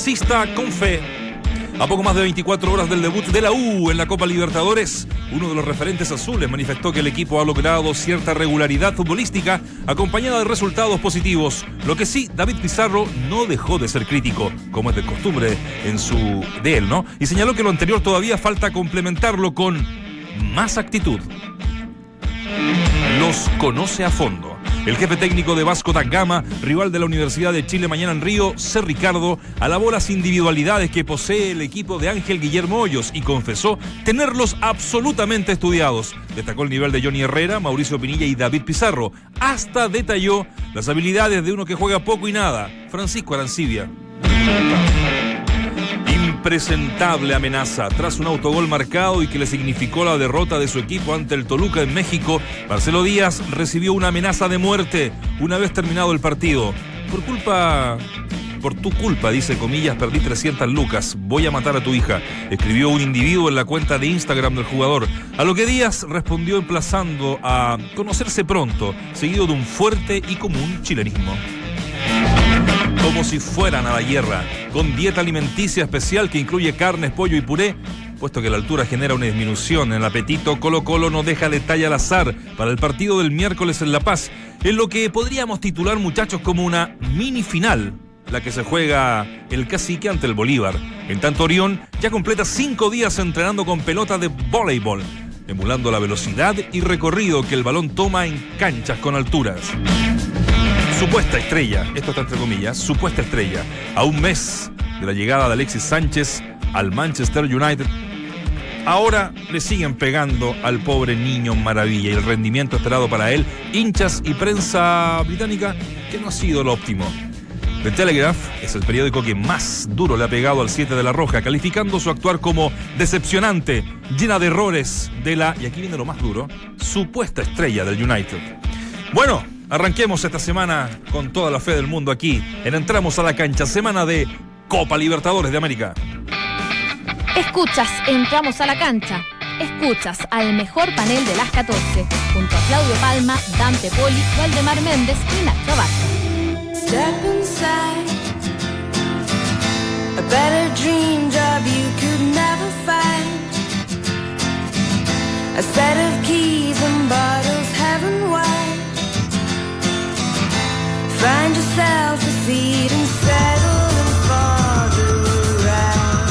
Aliancista con fe. A poco más de 24 horas del debut de la U en la Copa Libertadores, uno de los referentes azules manifestó que el equipo ha logrado cierta regularidad futbolística acompañada de resultados positivos. Lo que sí, David Pizarro no dejó de ser crítico, como es de costumbre de él, ¿no? Y señaló que lo anterior todavía falta complementarlo con más actitud. Los conoce a fondo. El jefe técnico de Vasco da Gama, rival de la Universidad de Chile mañana en Río, C. Ricardo, alabó las individualidades que posee el equipo de Ángel Guillermo Hoyos y confesó tenerlos absolutamente estudiados. Destacó el nivel de Johnny Herrera, Mauricio Pinilla y David Pizarro. Hasta detalló las habilidades de uno que juega poco y nada, Francisco Arancibia. Impresentable amenaza. Tras un autogol marcado y que le significó la derrota de su equipo ante el Toluca en México, Marcelo Díaz recibió una amenaza de muerte una vez terminado el partido. Por tu culpa, dice comillas, perdí 300 lucas, voy a matar a tu hija, escribió un individuo en la cuenta de Instagram del jugador, a lo que Díaz respondió emplazando a conocerse pronto, seguido de un fuerte y común chilenismo. Como si fueran a la guerra, con dieta alimenticia especial que incluye carnes, pollo y puré. Puesto que la altura genera una disminución en el apetito, Colo-Colo no deja detalle al azar para el partido del miércoles en La Paz, en lo que podríamos titular, muchachos, como una mini final, la que se juega el Cacique ante el Bolívar. En tanto, Orión ya completa 5 días entrenando con pelota de voleibol, emulando la velocidad y recorrido que el balón toma en canchas con alturas. Supuesta estrella, esto está entre comillas, supuesta estrella, a un mes de la llegada de Alexis Sánchez al Manchester United, ahora le siguen pegando al pobre niño maravilla y el rendimiento esperado para él, hinchas y prensa británica, que no ha sido lo óptimo. The Telegraph es el periódico que más duro le ha pegado al 7 de la Roja, calificando su actuar como decepcionante, llena de errores de la, y aquí viene lo más duro, supuesta estrella del United. Bueno, arranquemos esta semana con toda la fe del mundo aquí en Entramos a la Cancha, semana de Copa Libertadores de América. Escuchas Entramos a la Cancha. Escuchas al mejor panel de las 14, junto a Claudio Palma, Dante Poli, Waldemar Méndez y Nacho Abad. Step inside, a better dream job you could never find. A set of keys and bottles heaven-wide. Find yourself a seat and settle in for the ride.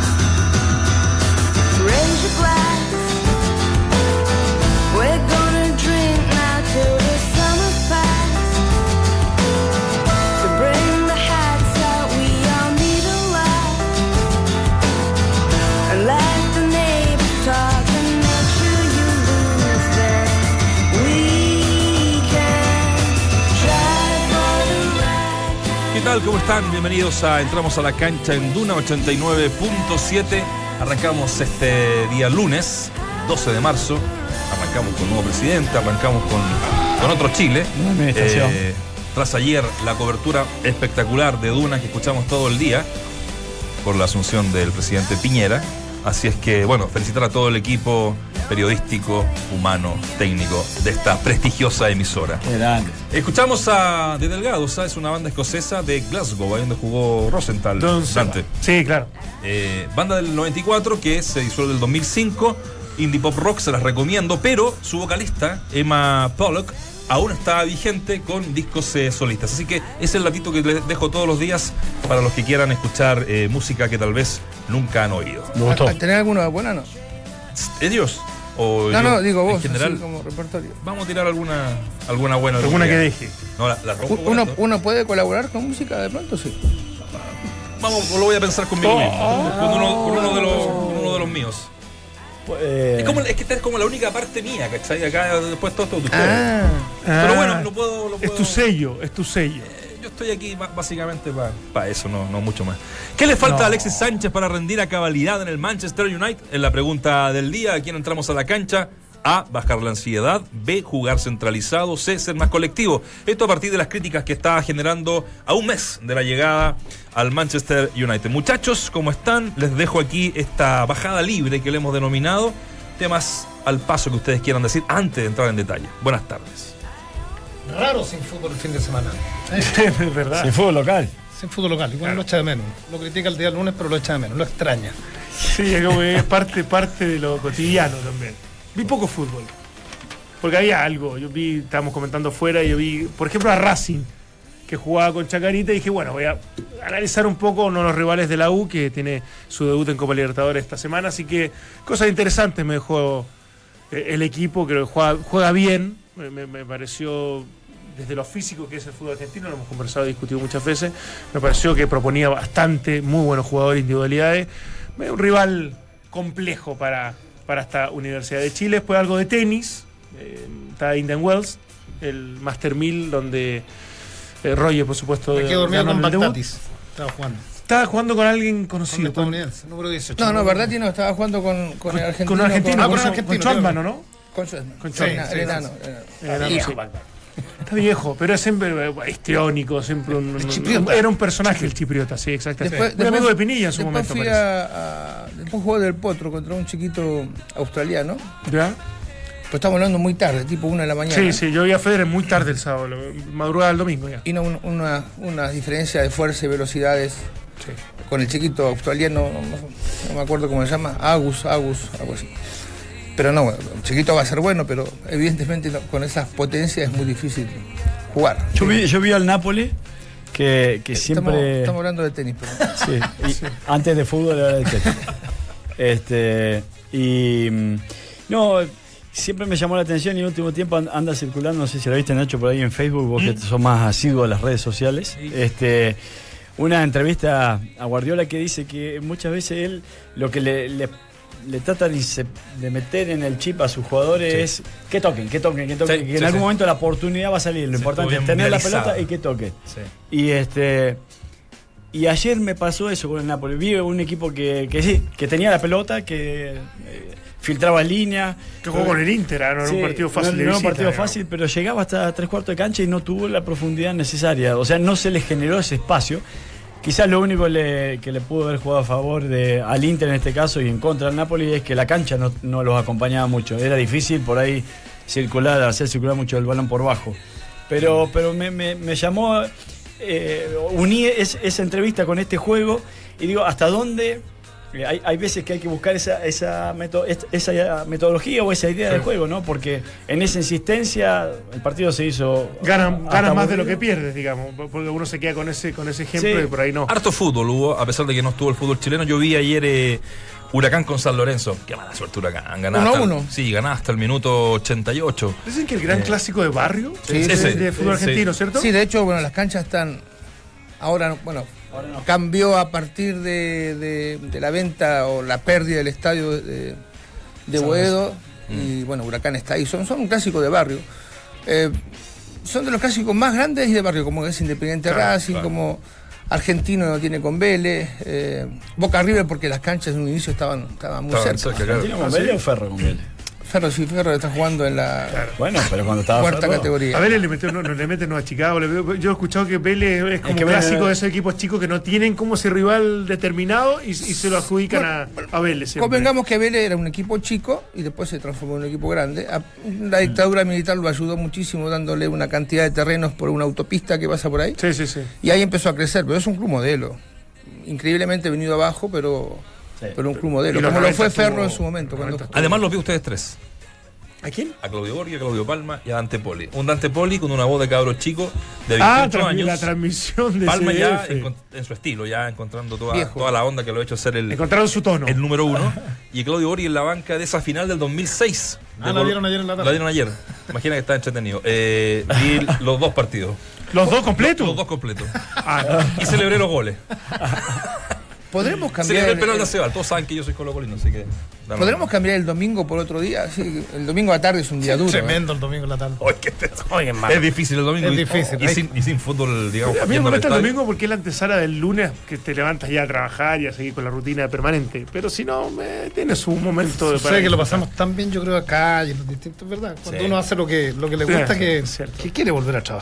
Raise your glass, we're gonna drink now till the summer's past. To bring the hats out, we all need a laugh. And let the neighbors talk and make sure you lose that weekend. ¿Qué tal? ¿Cómo están? Bienvenidos a Entramos a la Cancha en Duna 89.7. Arrancamos este día lunes, 12 de marzo. Arrancamos con un nuevo presidente, arrancamos con otro Chile. Tras ayer la cobertura espectacular de Duna que escuchamos todo el día por la asunción del presidente Piñera. Así es que, bueno, felicitar a todo el equipo periodístico, humano, técnico de esta prestigiosa emisora. Grande. Escuchamos a The Delgados, es una banda escocesa de Glasgow, ahí donde jugó Rosenthal. Dante. Sí, claro. Banda del 94 que se disuelve del 2005, indie pop rock, se las recomiendo, pero su vocalista, Emma Pollock, aún está vigente con discos solistas. Así que ese es el datito que les dejo todos los días para los que quieran escuchar música que tal vez nunca han oído. Me gustó. ¿Tenés alguna buena no? ¿Ellos? O no, digo vos, en general, así como repertorio. Vamos a tirar alguna buena. Alguna que deje. No, la rompo con esto. ¿Uno puede colaborar con música de pronto? Sí. Vamos, lo voy a pensar conmigo mismo. Con uno de los míos. Es que esta es como la única parte mía, ¿cachai? Acá después todo de ustedes. Pero bueno, lo puedo. Es tu sello. Yo estoy aquí básicamente para eso, no mucho más. ¿Qué le falta a Alexis Sánchez para rendir a cabalidad en el Manchester United? En la pregunta del día, ¿a quién entramos a la cancha? A, bajar la ansiedad. B, jugar centralizado. C, ser más colectivo. Esto a partir de las críticas que está generando a un mes de la llegada al Manchester United. Muchachos, ¿cómo están? Les dejo aquí esta bajada libre que le hemos denominado. Temas al paso que ustedes quieran decir antes de entrar en detalle. Buenas tardes. Raro sin fútbol el fin de semana. Es verdad. Sin fútbol local. Es en fútbol local, igual lo echa de menos. Lo critica el día lunes, pero lo echa de menos, lo extraña. Sí, es como que es parte de lo cotidiano también. Vi poco fútbol. Porque había algo. Estábamos comentando afuera, y yo vi, por ejemplo, a Racing, que jugaba con Chacarita, y dije, bueno, voy a analizar un poco uno de los rivales de la U, que tiene su debut en Copa Libertadores esta semana. Así que cosas interesantes me dejó el equipo, que juega bien. Me pareció, desde lo físico que es el fútbol argentino, lo hemos conversado y discutido muchas veces, me pareció que proponía bastante, muy buenos jugadores, individualidades. Un rival complejo para esta Universidad de Chile. Después algo de tenis, está Indian Wells, el Master 1000, donde Roger, por supuesto, Me quedo dormido ganó con el debut. Bagdatis. Estaba jugando con alguien Con conocido. estadounidense, número 18. No, Verdati no, estaba jugando con el argentino. Con un argentino, con un con argentino, Schwartzman, claro. ¿no? Con Schwartzman. Con Sí, Schwartzman, el enano. Hijo. Está viejo, pero es siempre histriónico, siempre era un personaje el chipriota, sí, exactamente. Un amigo de Pinilla en su momento, Después después jugó del Potro contra un chiquito australiano. ¿Ya? Pues estamos hablando muy tarde, tipo 1 de la mañana. Sí, yo vi a Federer muy tarde el sábado, madrugada del domingo ya. Y una diferencia de fuerza y velocidades Sí. con el chiquito australiano, no me acuerdo cómo se llama, Agus, algo así. Pero no, el chiquito va a ser bueno, pero evidentemente con esas potencias es muy difícil jugar. Yo vi al Napoli que siempre... Estamos hablando de tenis, pero... Sí, antes de fútbol era de tenis. No, siempre me llamó la atención y en el último tiempo anda circulando, no sé si la viste, Nacho, por ahí en Facebook, vos que sos más asiduo a las redes sociales. Sí. Una entrevista a Guardiola que dice que muchas veces él lo que le trata de meter en el chip a sus jugadores es que toquen, que en algún momento la oportunidad va a salir. Lo importante es tener la pelota y que toque. Sí. Y ayer me pasó eso con el Napoli. Vi un equipo que tenía la pelota, que filtraba en línea. Que jugó con el Inter, no era un partido fácil de No era un visita, partido digamos. fácil, pero llegaba hasta 3/4 de cancha y no tuvo la profundidad necesaria. O sea, no se le generó ese espacio. Quizás lo único que le pudo haber jugado a favor al Inter en este caso y en contra del Napoli es que la cancha no los acompañaba mucho. Era difícil por ahí hacer circular mucho el balón por bajo. Pero me llamó, uní esa entrevista con este juego y digo, ¿hasta dónde? Hay veces que hay que buscar esa metodología o esa idea del juego, ¿no? Porque en esa insistencia el partido se hizo... Ganas más de lo que pierdes, digamos, porque uno se queda con ese ejemplo y por ahí no. Harto fútbol hubo, a pesar de que no estuvo el fútbol chileno. Yo vi ayer Huracán con San Lorenzo. Qué mala suerte Huracán. 1-1. Sí, ganaba hasta el minuto 88. Dicen que el gran clásico de barrio Sí, de fútbol argentino, ¿cierto? Sí, de hecho, bueno, las canchas están... Ahora no. Cambió a partir de la venta o la pérdida del estadio de Boedo. Y bueno, Huracán está ahí. Son un clásico de barrio. Son de los clásicos más grandes y de barrio, como es Independiente Racing, como Argentino no tiene con Vélez, Boca River, porque las canchas en un inicio estaban muy cerca. ¿Argentino con Vélez o Ferro con Vélez? Ferro está jugando en la Bueno, pero cuando estaba cuarta Ferro, categoría. A Vélez le meten a Chicago. Yo he escuchado que Vélez es como clásico de esos equipos chicos que no tienen como ese rival determinado y se lo adjudican a Vélez. Siempre. Convengamos que Vélez era un equipo chico y después se transformó en un equipo grande. La dictadura militar lo ayudó muchísimo dándole una cantidad de terrenos por una autopista que pasa por ahí. Sí. Y ahí empezó a crecer, pero es un club modelo. Increíblemente venido abajo, pero un club modelo. Y los Como lo fue 90 Ferro en estuvo- su momento. Cuando Además los vi ustedes tres. ¿A quién? A Claudio Borghi, a Claudio Palma y a Dante Poli. Un Dante Poli con una voz de cabro chico de 28 años. La transmisión de Palma ya CDF. en su estilo, ya encontrando Viejo. toda la onda que lo ha hecho ser Encontraron su tono. el número 1. Y Claudio Borghi en la banca de esa final del 2006. La dieron ayer en la tarde. La dieron ayer. Imagina que está entretenido. Vi los dos partidos. ¿Los dos completos? Los dos completos. Y celebré los goles. ¿Podremos cambiar Celebré el penal de Acebal. Todos saben que yo soy colocolino, así que... ¿Podremos cambiar el domingo por otro día? Sí, el domingo a la tarde es un día duro. Tremendo el domingo en la tarde. Es difícil el domingo. Es difícil. Y sin fútbol, digamos. A mí me yendo al molesta el estadio. domingo porque es la antesala del lunes que te levantas ya a trabajar y a seguir con la rutina permanente. Pero si no, tiene su momento de Sé que lo pasamos tan bien, yo creo, acá y en los distintos, ¿verdad? Cuando uno hace lo que le gusta, Sí, que es cierto. quiere volver a trabajar.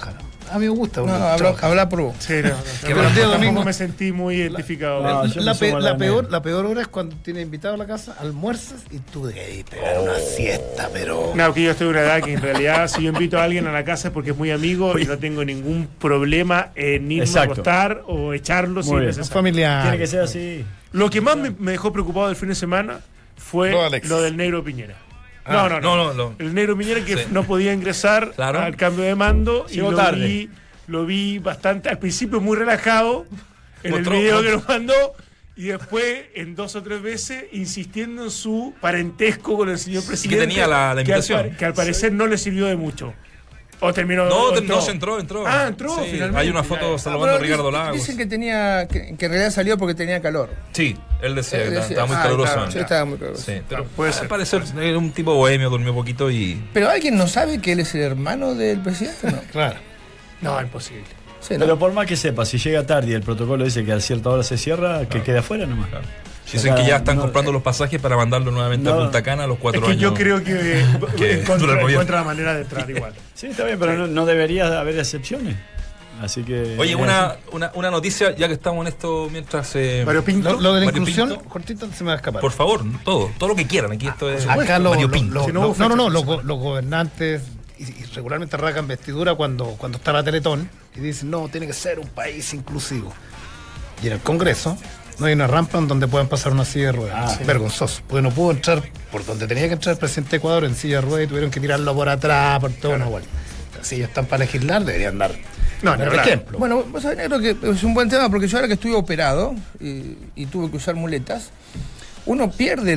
A mí me gusta. No, Troja. habla pro. Sí, no, pero el día tampoco domingo- me sentí muy identificado. No, yo me sumo a la La peor hora es cuando tienes invitado a la casa, almuerzas y tú de pegar una siesta, pero. No, que yo estoy en una edad que en realidad si yo invito a alguien a la casa es porque es muy amigo y no tengo ningún problema en irme a Exacto. acostar o echarlo si Muy es bien. necesario. Familiar. Tiene que ser así. Lo que más me dejó preocupado del fin de semana fue No, Alex. lo del negro Piñera. No, no. El negro Piñera que Sí. no podía ingresar Claro. al cambio de mando y Llegó tarde. lo vi bastante, al principio muy relajado en Mostró- el video que nos mandó y después en 2 o 3 veces insistiendo en su parentesco con el señor presidente. tenía la que invitación. que al parecer no le sirvió de mucho. O terminó. No, o no, se entró. Ah, entró, Sí, finalmente. hay una foto Ya. saludando a Bueno, Ricardo Lagos. Dicen que que en realidad salió porque tenía calor. Sí, él decía que Decía- estaba muy ah, caluroso. claro, sí, estaba muy caluroso. Sí, pero puede ser. al parecer era un tipo bohemio, durmió poquito y... Pero alguien no sabe que él es el hermano del presidente, ¿no? Claro. No, imposible. Sí, ¿no? Pero por más que sepa, si llega tarde y el protocolo dice que a cierta hora se cierra, que quede afuera nomás. Dicen que ya están No, comprando los pasajes para mandarlo nuevamente a no. Punta Cana a los 4 Es que años. yo creo que Que dura el gobierno. encuentra la manera de entrar igual. Sí, está bien, pero no debería haber excepciones. Así que. Oye, es una noticia, ya que estamos en esto mientras... Mario Pinto. Lo de la Mario inclusión, Pinto. cortito, se me va a escapar. Por favor, todo lo que quieran. Aquí esto es Acá Mario Pinto. Si no hubo fecha, los gobernantes y regularmente rasgan vestidura cuando está la Teletón y dicen, no, tiene que ser un país inclusivo. Y en el Congreso no hay una rampa en donde puedan pasar una silla de ruedas. Vergonzoso. Porque no pudo entrar por donde tenía que entrar el presidente de Ecuador en silla de ruedas y tuvieron que tirarlo por atrás, por todo una vuelta. Si ellos están para legislar, deberían dar No, por claro. ejemplo. Bueno, vos sabés, Negro, que es un buen tema porque yo ahora que estuve operado y tuve que usar muletas, uno pierde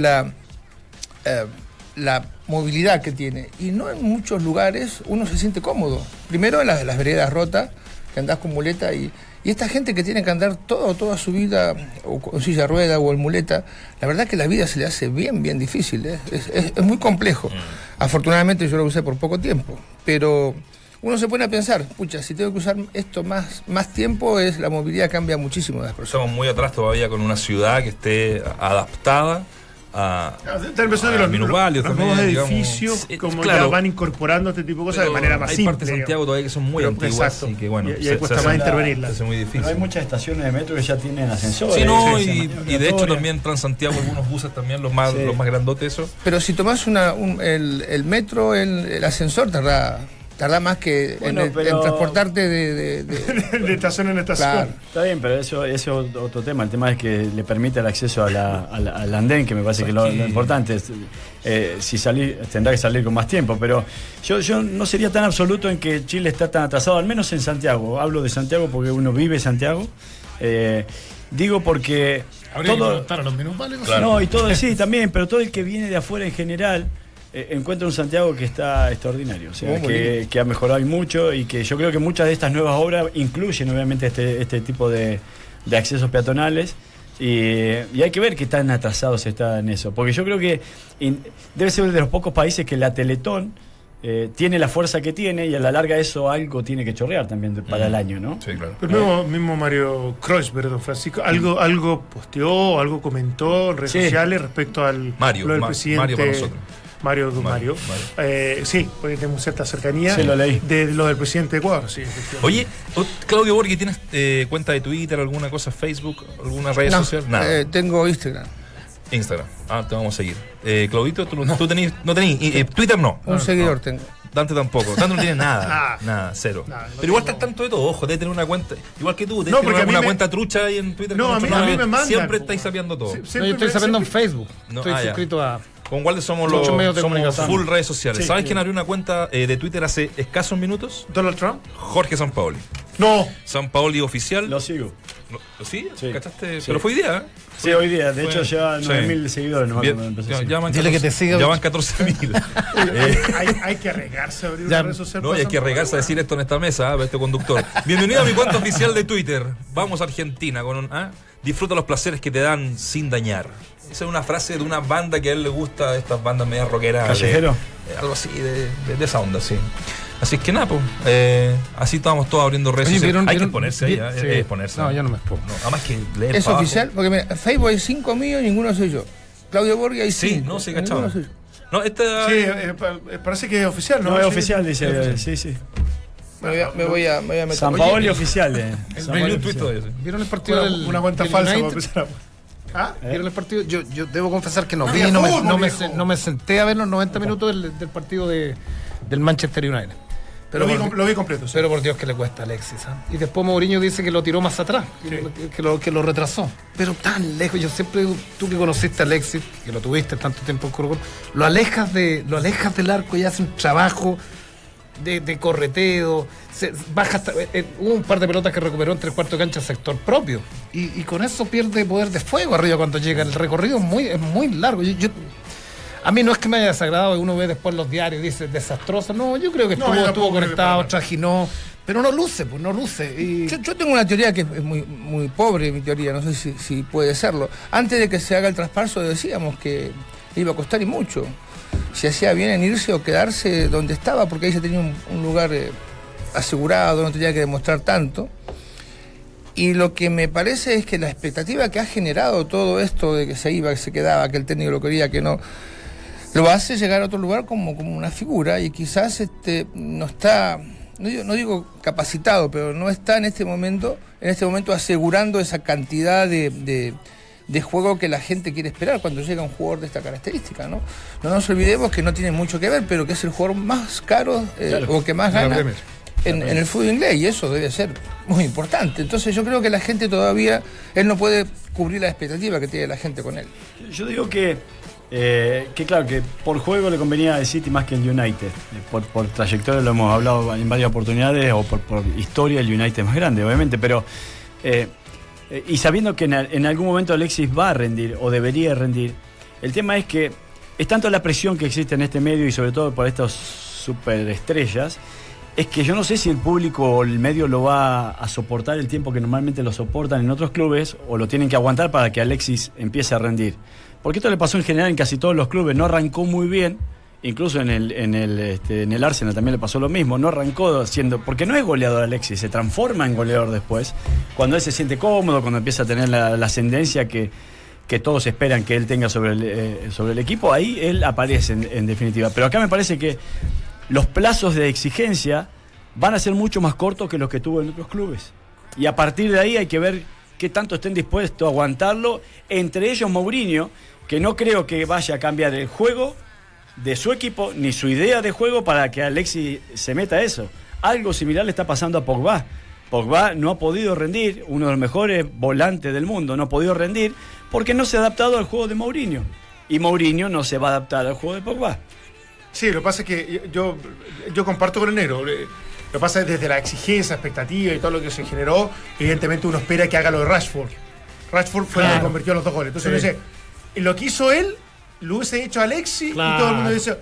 la movilidad que tiene y no en muchos lugares uno se siente cómodo. Primero en las veredas rotas, que andás con muleta y esta gente que tiene que andar toda su vida o con silla de rueda o en muleta, la verdad que la vida se le hace bien difícil, ¿eh? Es muy complejo. Afortunadamente yo lo usé por poco tiempo, pero uno se pone a pensar, pucha, si tengo que usar esto más tiempo, la movilidad cambia muchísimo de las personas. Estamos muy atrás todavía con una ciudad que esté adaptada a... Está empezando que los minusválidos nuevos también, digamos. edificios Sí, como claro. ya van incorporando este tipo de cosas de Pero manera más hay simple. partes de Santiago todavía que son muy Pero, antiguas, exacto. así que bueno, Y ahí cuesta más hace- intervenirlas. se hace muy difícil. Pero hay muchas estaciones de metro que ya tienen ascensores. Sí, no, Sí, y de hecho ambulatoria. también Transantiago, algunos buses también, los más grandotes, eso. Pero si tomás el metro, el ascensor tarda más que Bueno, en pero- transportarte de De estación en estación. Claro. Está bien, pero eso es otro tema. El tema es que le permite el acceso al andén, que me parece que lo importante es. Si salís, tendrá que salir con más tiempo, pero yo no sería tan absoluto en que Chile está tan atrasado, al menos en Santiago. Hablo de Santiago porque uno vive Santiago. Digo porque Habría que todo. preguntar a los minusválidos. No, y todo, sí, también, pero todo el que viene de afuera en general encuentra un Santiago que está extraordinario, o sea, Muy que ha mejorado y mucho y que yo creo que muchas de estas nuevas obras incluyen obviamente este tipo de accesos peatonales y hay que ver qué tan atrasados está en eso, porque yo creo que debe ser de los pocos países que la Teletón tiene la fuerza que tiene y a la larga eso algo tiene que chorrear también para el año, ¿no? Sí, claro. El mismo Mario Kreuzberg, don Francisco, algo posteó, algo comentó en redes Sí. sociales respecto al Mario, lo del Mario presidente. para nosotros. Mario. Sí, porque tenemos cierta cercanía Sí, lo leí. de lo del presidente de Ecuador. Sí, efectivamente. Oye, Claudio Borghi, ¿tienes cuenta de Twitter, alguna cosa, Facebook, alguna red social? Nada. tengo Instagram. Instagram. Te vamos a seguir. Claudito, tú tenés, no tenés, Twitter no. Un seguidor tengo. Dante tampoco. Dante no tiene nada. Nada. Nada, cero. Nada, no Pero igual tengo- estás tanto de todo, ojo, debe tener una cuenta. Igual que tú, No, debes porque tener a mí una me- cuenta trucha ahí en Twitter. No, que a mí me mandan. Siempre estáis sapeando todo. Sí, No, siempre yo estoy me- sabiendo en siempre- Facebook. No, Estoy ya. suscrito a. ¿Con cuáles somos Muchos medios de somos comunicación. full redes sociales? Sí, ¿Sabes sí. quién abrió una cuenta de Twitter hace escasos minutos? Donald Trump. Jorge Sampaoli. No. Sampaoli oficial. Lo sigo. ¿Sí? Sí. ¿Cachaste? Sí. Pero fue hoy día, ¿eh? Sí, hoy día, de Fue- hecho ya sí. 9.000 seguidores no Bien, cuando empecé ya, a seguir. ya van Dile que 14 te siga. ya van 14.000. hay que arriesgarse a abrir Ya. una red social. No, y hay que regarse a decir esto en esta mesa, este conductor. Bienvenido a mi cuenta oficial de Twitter. Vamos a Argentina con disfruta los placeres que te dan sin dañar. Esa es una frase de una banda que a él le gusta, de estas bandas medias rockeras. ¿Callejero? Algo así, de esa onda, sí. Así es que nada, pues, así estamos todos abriendo redes Oye, sociales. Hay que ¿vieron- exponerse ahí, sí. es exponerse. No, yo no me expongo. No, además que leer ¿Es para abajo. oficial? Porque mira, en Facebook hay 5 míos y ninguno soy yo. Claudio Borghi hay Sí, 5. no, sí, cachaba. Ninguno soy yo. No, esta... Sí, parece que es oficial, ¿no? No, es Sí. oficial, dice. Sí, sí. Me voy a meter. San Paoli oficial. Hay un tuit todavía, sí. ¿Vieron el partido del Una cuenta del falsa para United? empezar a... ¿Vieron el partido? Yo debo confesar que no No vi, había no fútbol, me viejo. senté a ver los 90 minutos del partido del Manchester United. Pero Lo vi completo. Sí. Pero por Dios que le cuesta a Alexis. ¿Ah? Y después Mourinho dice que lo tiró más atrás, que lo retrasó. Pero tan lejos, yo siempre digo, tú que conociste a Alexis, que lo tuviste tanto tiempo en Colo-Colo, lo alejas del arco y hace un trabajo de correteo, baja hasta, hubo un par de pelotas que recuperó en 3/4 de cancha sector propio. Y con eso pierde poder de fuego arriba cuando llega. El recorrido es muy largo. A mí no es que me haya desagradado, uno ve después los diarios y dice desastroso. No, yo creo que No, yo tampoco estuvo creo que conectado, para- trajinó, pero no luce. Y Yo tengo una teoría que es muy pobre, mi teoría, no sé si puede serlo. Antes de que se haga el traspaso decíamos que le iba a costar y mucho. Si hacía bien en irse o quedarse donde estaba, porque ahí se tenía un lugar asegurado, no tenía que demostrar tanto. Y lo que me parece es que la expectativa que ha generado todo esto de que se iba, que se quedaba, que el técnico lo quería, que no, lo hace llegar a otro lugar como una figura y quizás no está, no digo capacitado, pero no está en este momento asegurando esa cantidad de juego que la gente quiere esperar cuando llega un jugador de esta característica, ¿no? No nos olvidemos que no tiene mucho que ver, pero que es el jugador más caro o que más gana en el fútbol inglés, y eso debe ser muy importante. Entonces yo creo que la gente todavía, él no puede cubrir la expectativa que tiene la gente con él. Yo digo que claro, que por juego le convenía al City más que el United. Por trayectoria lo hemos hablado en varias oportunidades, o por historia el United es más grande, obviamente, pero y sabiendo que en algún momento Alexis va a rendir o debería rendir, el tema es que es tanto la presión que existe en este medio y sobre todo por estas superestrellas, es que yo no sé si el público o el medio lo va a soportar el tiempo que normalmente lo soportan en otros clubes, o lo tienen que aguantar para que Alexis empiece a rendir. Porque esto le pasó en general en casi todos los clubes, no arrancó muy bien, incluso en el Arsenal también le pasó lo mismo, no arrancó porque no es goleador Alexis, se transforma en goleador después, cuando él se siente cómodo, cuando empieza a tener la ascendencia que todos esperan que él tenga sobre el equipo, ahí él aparece en definitiva. Pero acá me parece que los plazos de exigencia van a ser mucho más cortos que los que tuvo en otros clubes. Y a partir de ahí hay que ver qué tanto estén dispuestos a aguantarlo, entre ellos Mourinho, que no creo que vaya a cambiar el juego de su equipo, ni su idea de juego para que Alexis se meta a eso. Algo similar le está pasando a Pogba. Pogba no ha podido rendir, uno de los mejores volantes del mundo, no ha podido rendir porque no se ha adaptado al juego de Mourinho. Y Mourinho no se va a adaptar al juego de Pogba. Sí, lo que pasa es que yo comparto con el negro. Lo que pasa es desde la exigencia, expectativa y todo lo que se generó, evidentemente uno espera que haga lo de Rashford. Rashford fue el que convirtió los 2 goles. Entonces uno dice, lo que hizo él, lo hubiese hecho Alexis, y todo el mundo dice,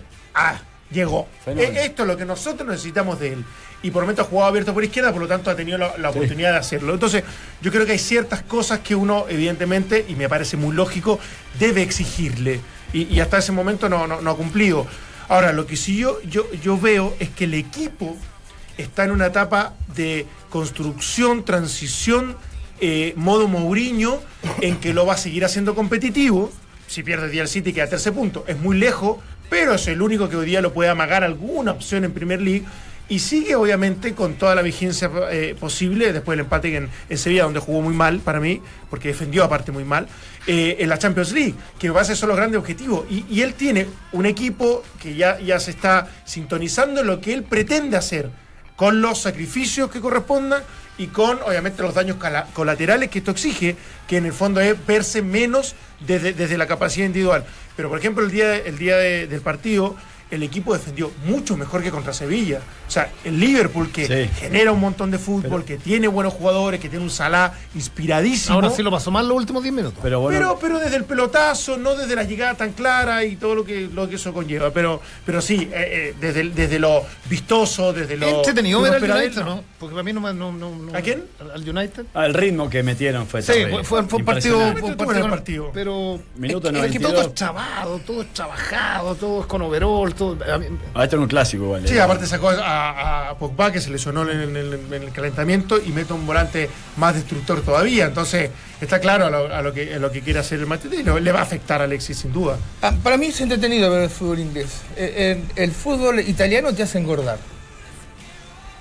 llegó. Esto es lo que nosotros necesitamos de él. Y por momentos ha jugado abierto por izquierda, por lo tanto ha tenido la oportunidad de hacerlo. Entonces, yo creo que hay ciertas cosas que uno, evidentemente, y me parece muy lógico, debe exigirle. Y hasta ese momento no ha cumplido. Ahora, lo que sí yo veo es que el equipo está en una etapa de construcción, transición, modo Mourinho, en que lo va a seguir haciendo competitivo. Si pierde el día el City queda 13 puntos. Es muy lejos, pero es el único que hoy día lo puede amagar alguna opción en Premier League. Y sigue, obviamente, con toda la vigencia posible, después del empate en Sevilla, donde jugó muy mal para mí, porque defendió aparte muy mal, en la Champions League, que me parece son los grandes objetivos. Y él tiene un equipo que ya se está sintonizando en lo que él pretende hacer, con los sacrificios que correspondan y con, obviamente, los daños colaterales que esto exige, que en el fondo es verse menos desde la capacidad individual. Pero, por ejemplo, el día del partido, el equipo defendió mucho mejor que contra Sevilla. O sea, el Liverpool, que genera un montón de fútbol, que tiene buenos jugadores, que tiene un Salah inspiradísimo. ahora sí lo pasó mal los últimos 10 minutos. Pero bueno, Pero desde el pelotazo, no desde la llegada tan clara y todo lo que eso conlleva. Pero sí, desde lo vistoso, desde lo... Entretenido ver al esperado, United, ¿no? Porque para mí no. ¿A quién? Al United. el ritmo que metieron fue Sí, terrible, fue un partido. impresionante. Fue un partido. Pero Minuto el equipo 92. todo es chavado, todo es trabajado, todo es con overall. Todo, Esto es un clásico igual. Sí, aparte sacó a Pogba, que se lesionó en el calentamiento, y mete un volante más destructor todavía. Entonces, está claro a lo que quiere hacer el Manchester United. Le va a afectar a Alexis, sin duda. Para mí es entretenido ver el fútbol inglés. El fútbol italiano te hace engordar.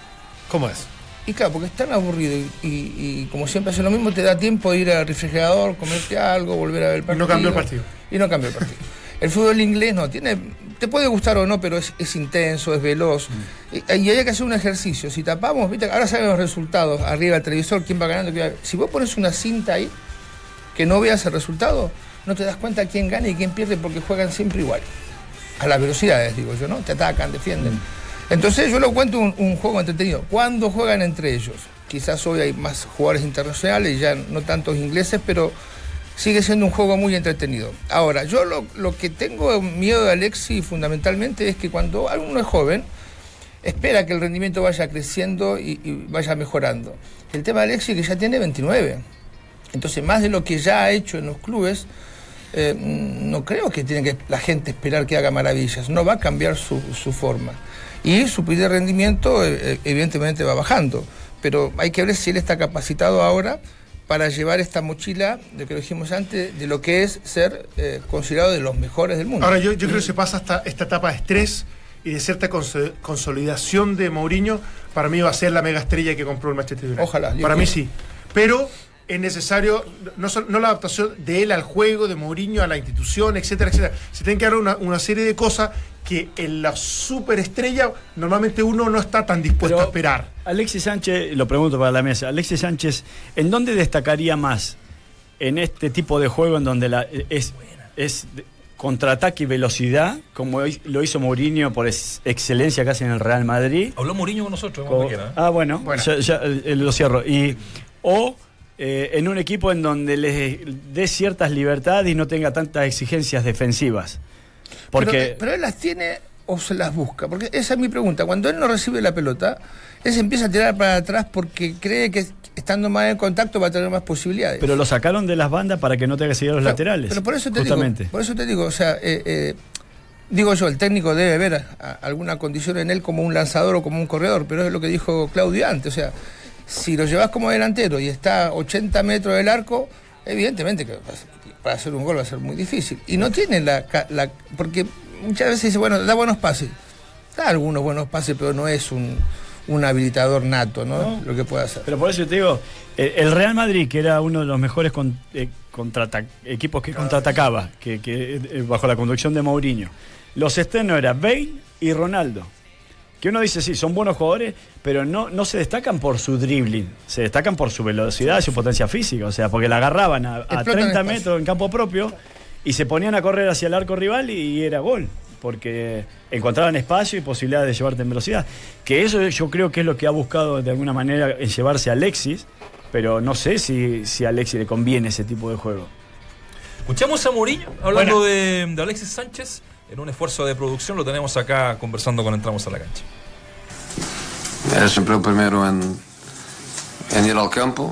¿Cómo es? Y claro, porque es tan aburrido y como siempre hace lo mismo, te da tiempo de ir al refrigerador, comerte algo, volver a ver el partido. Y no cambió el partido. Y no cambió el partido. El fútbol inglés no, te puede gustar o no, pero es intenso, es veloz. Y hay que hacer un ejercicio. Si tapamos, ¿viste? Ahora saben los resultados, arriba del televisor, quién va ganando, Si vos pones una cinta ahí, que no veas el resultado, no te das cuenta quién gana y quién pierde porque juegan siempre igual. A las velocidades, digo yo, ¿no? Te atacan, defienden. Entonces yo lo cuento un juego entretenido. ¿Cuándo juegan entre ellos? Quizás hoy hay más jugadores internacionales y ya no tantos ingleses, pero sigue siendo un juego muy entretenido. Ahora, yo lo que tengo miedo de Alexis fundamentalmente es que cuando uno es joven, espera que el rendimiento vaya creciendo y vaya mejorando. El tema de Alexis es que ya tiene 29. Entonces, más de lo que ya ha hecho en los clubes, no creo que tiene que la gente esperar que haga maravillas. No va a cambiar su forma. Y su pedido de rendimiento evidentemente va bajando, pero hay que ver si él está capacitado ahora para llevar esta mochila, de que lo dijimos antes, de lo que es ser considerado de los mejores del mundo. Ahora yo creo que se pasa hasta esta etapa de estrés y de cierta consolidación de Mourinho. Para mí va a ser la mega estrella que compró el Manchester United. Ojalá. Para mí sí. Pero es necesario, no la adaptación de él al juego, de Mourinho a la institución, etcétera, etcétera. Se tienen que dar una serie de cosas que en la superestrella normalmente uno no está tan dispuesto a esperar. Alexis Sánchez, lo pregunto para la mesa, Alexis Sánchez, ¿en dónde destacaría más en este tipo de juego en donde es contraataque y velocidad, como lo hizo Mourinho por excelencia casi en el Real Madrid? Habló Mourinho con nosotros, como quiera. Bueno. Ya lo cierro. En un equipo en donde les dé ciertas libertades y no tenga tantas exigencias defensivas. Porque pero él las tiene o se las busca, porque esa es mi pregunta. Cuando él no recibe la pelota, él se empieza a tirar para atrás porque cree que estando más en contacto va a tener más posibilidades. Pero lo sacaron de las bandas para que no tenga que seguir a los laterales. Pero por eso te digo, o sea, digo yo, el técnico debe ver alguna condición en él como un lanzador o como un corredor, pero es lo que dijo Claudio antes, o sea, si lo llevas como delantero y está a 80 metros del arco, evidentemente que para hacer un gol va a ser muy difícil. Y no tiene porque muchas veces dice, bueno, da buenos pases. Da algunos buenos pases, pero no es un habilitador nato, ¿no? Lo que puede hacer. Pero por eso te digo, el Real Madrid, que era uno de los mejores equipos que contraatacaba, que bajo la conducción de Mourinho, los externos eran Bale y Ronaldo. Que uno dice, sí, son buenos jugadores, pero no se destacan por su dribbling, se destacan por su velocidad y su potencia física, o sea, porque la agarraban a 30 metros en campo propio y se ponían a correr hacia el arco rival y era gol, porque encontraban espacio y posibilidades de llevarte en velocidad. Que eso yo creo que es lo que ha buscado de alguna manera en llevarse a Alexis, pero no sé si a Alexis le conviene ese tipo de juego. Escuchamos a Mourinho hablando de Alexis Sánchez. En un esfuerzo de producción lo tenemos acá conversando con Entramos a la Cancha. Es siempre el primero en ir al campo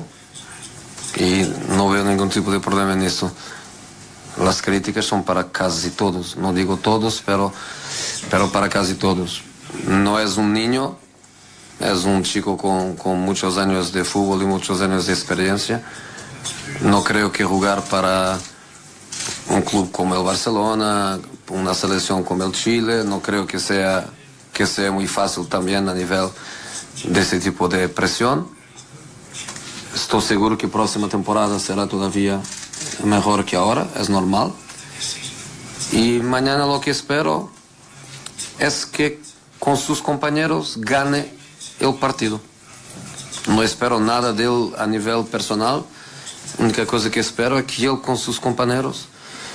y no veo ningún tipo de problema en eso. Las críticas son para casi todos, no digo todos, pero para casi todos. No es un niño, es un chico con muchos años de fútbol y muchos años de experiencia. No creo que jugar para un club como el Barcelona, una selección como el Chile, no creo que sea muy fácil también a nivel de ese tipo de presión. Estoy seguro que próxima temporada será todavía mejor que ahora, es normal. Y mañana lo que espero es que con sus compañeros gane el partido. No espero nada de él a nivel personal. La única cosa que espero es que él con sus compañeros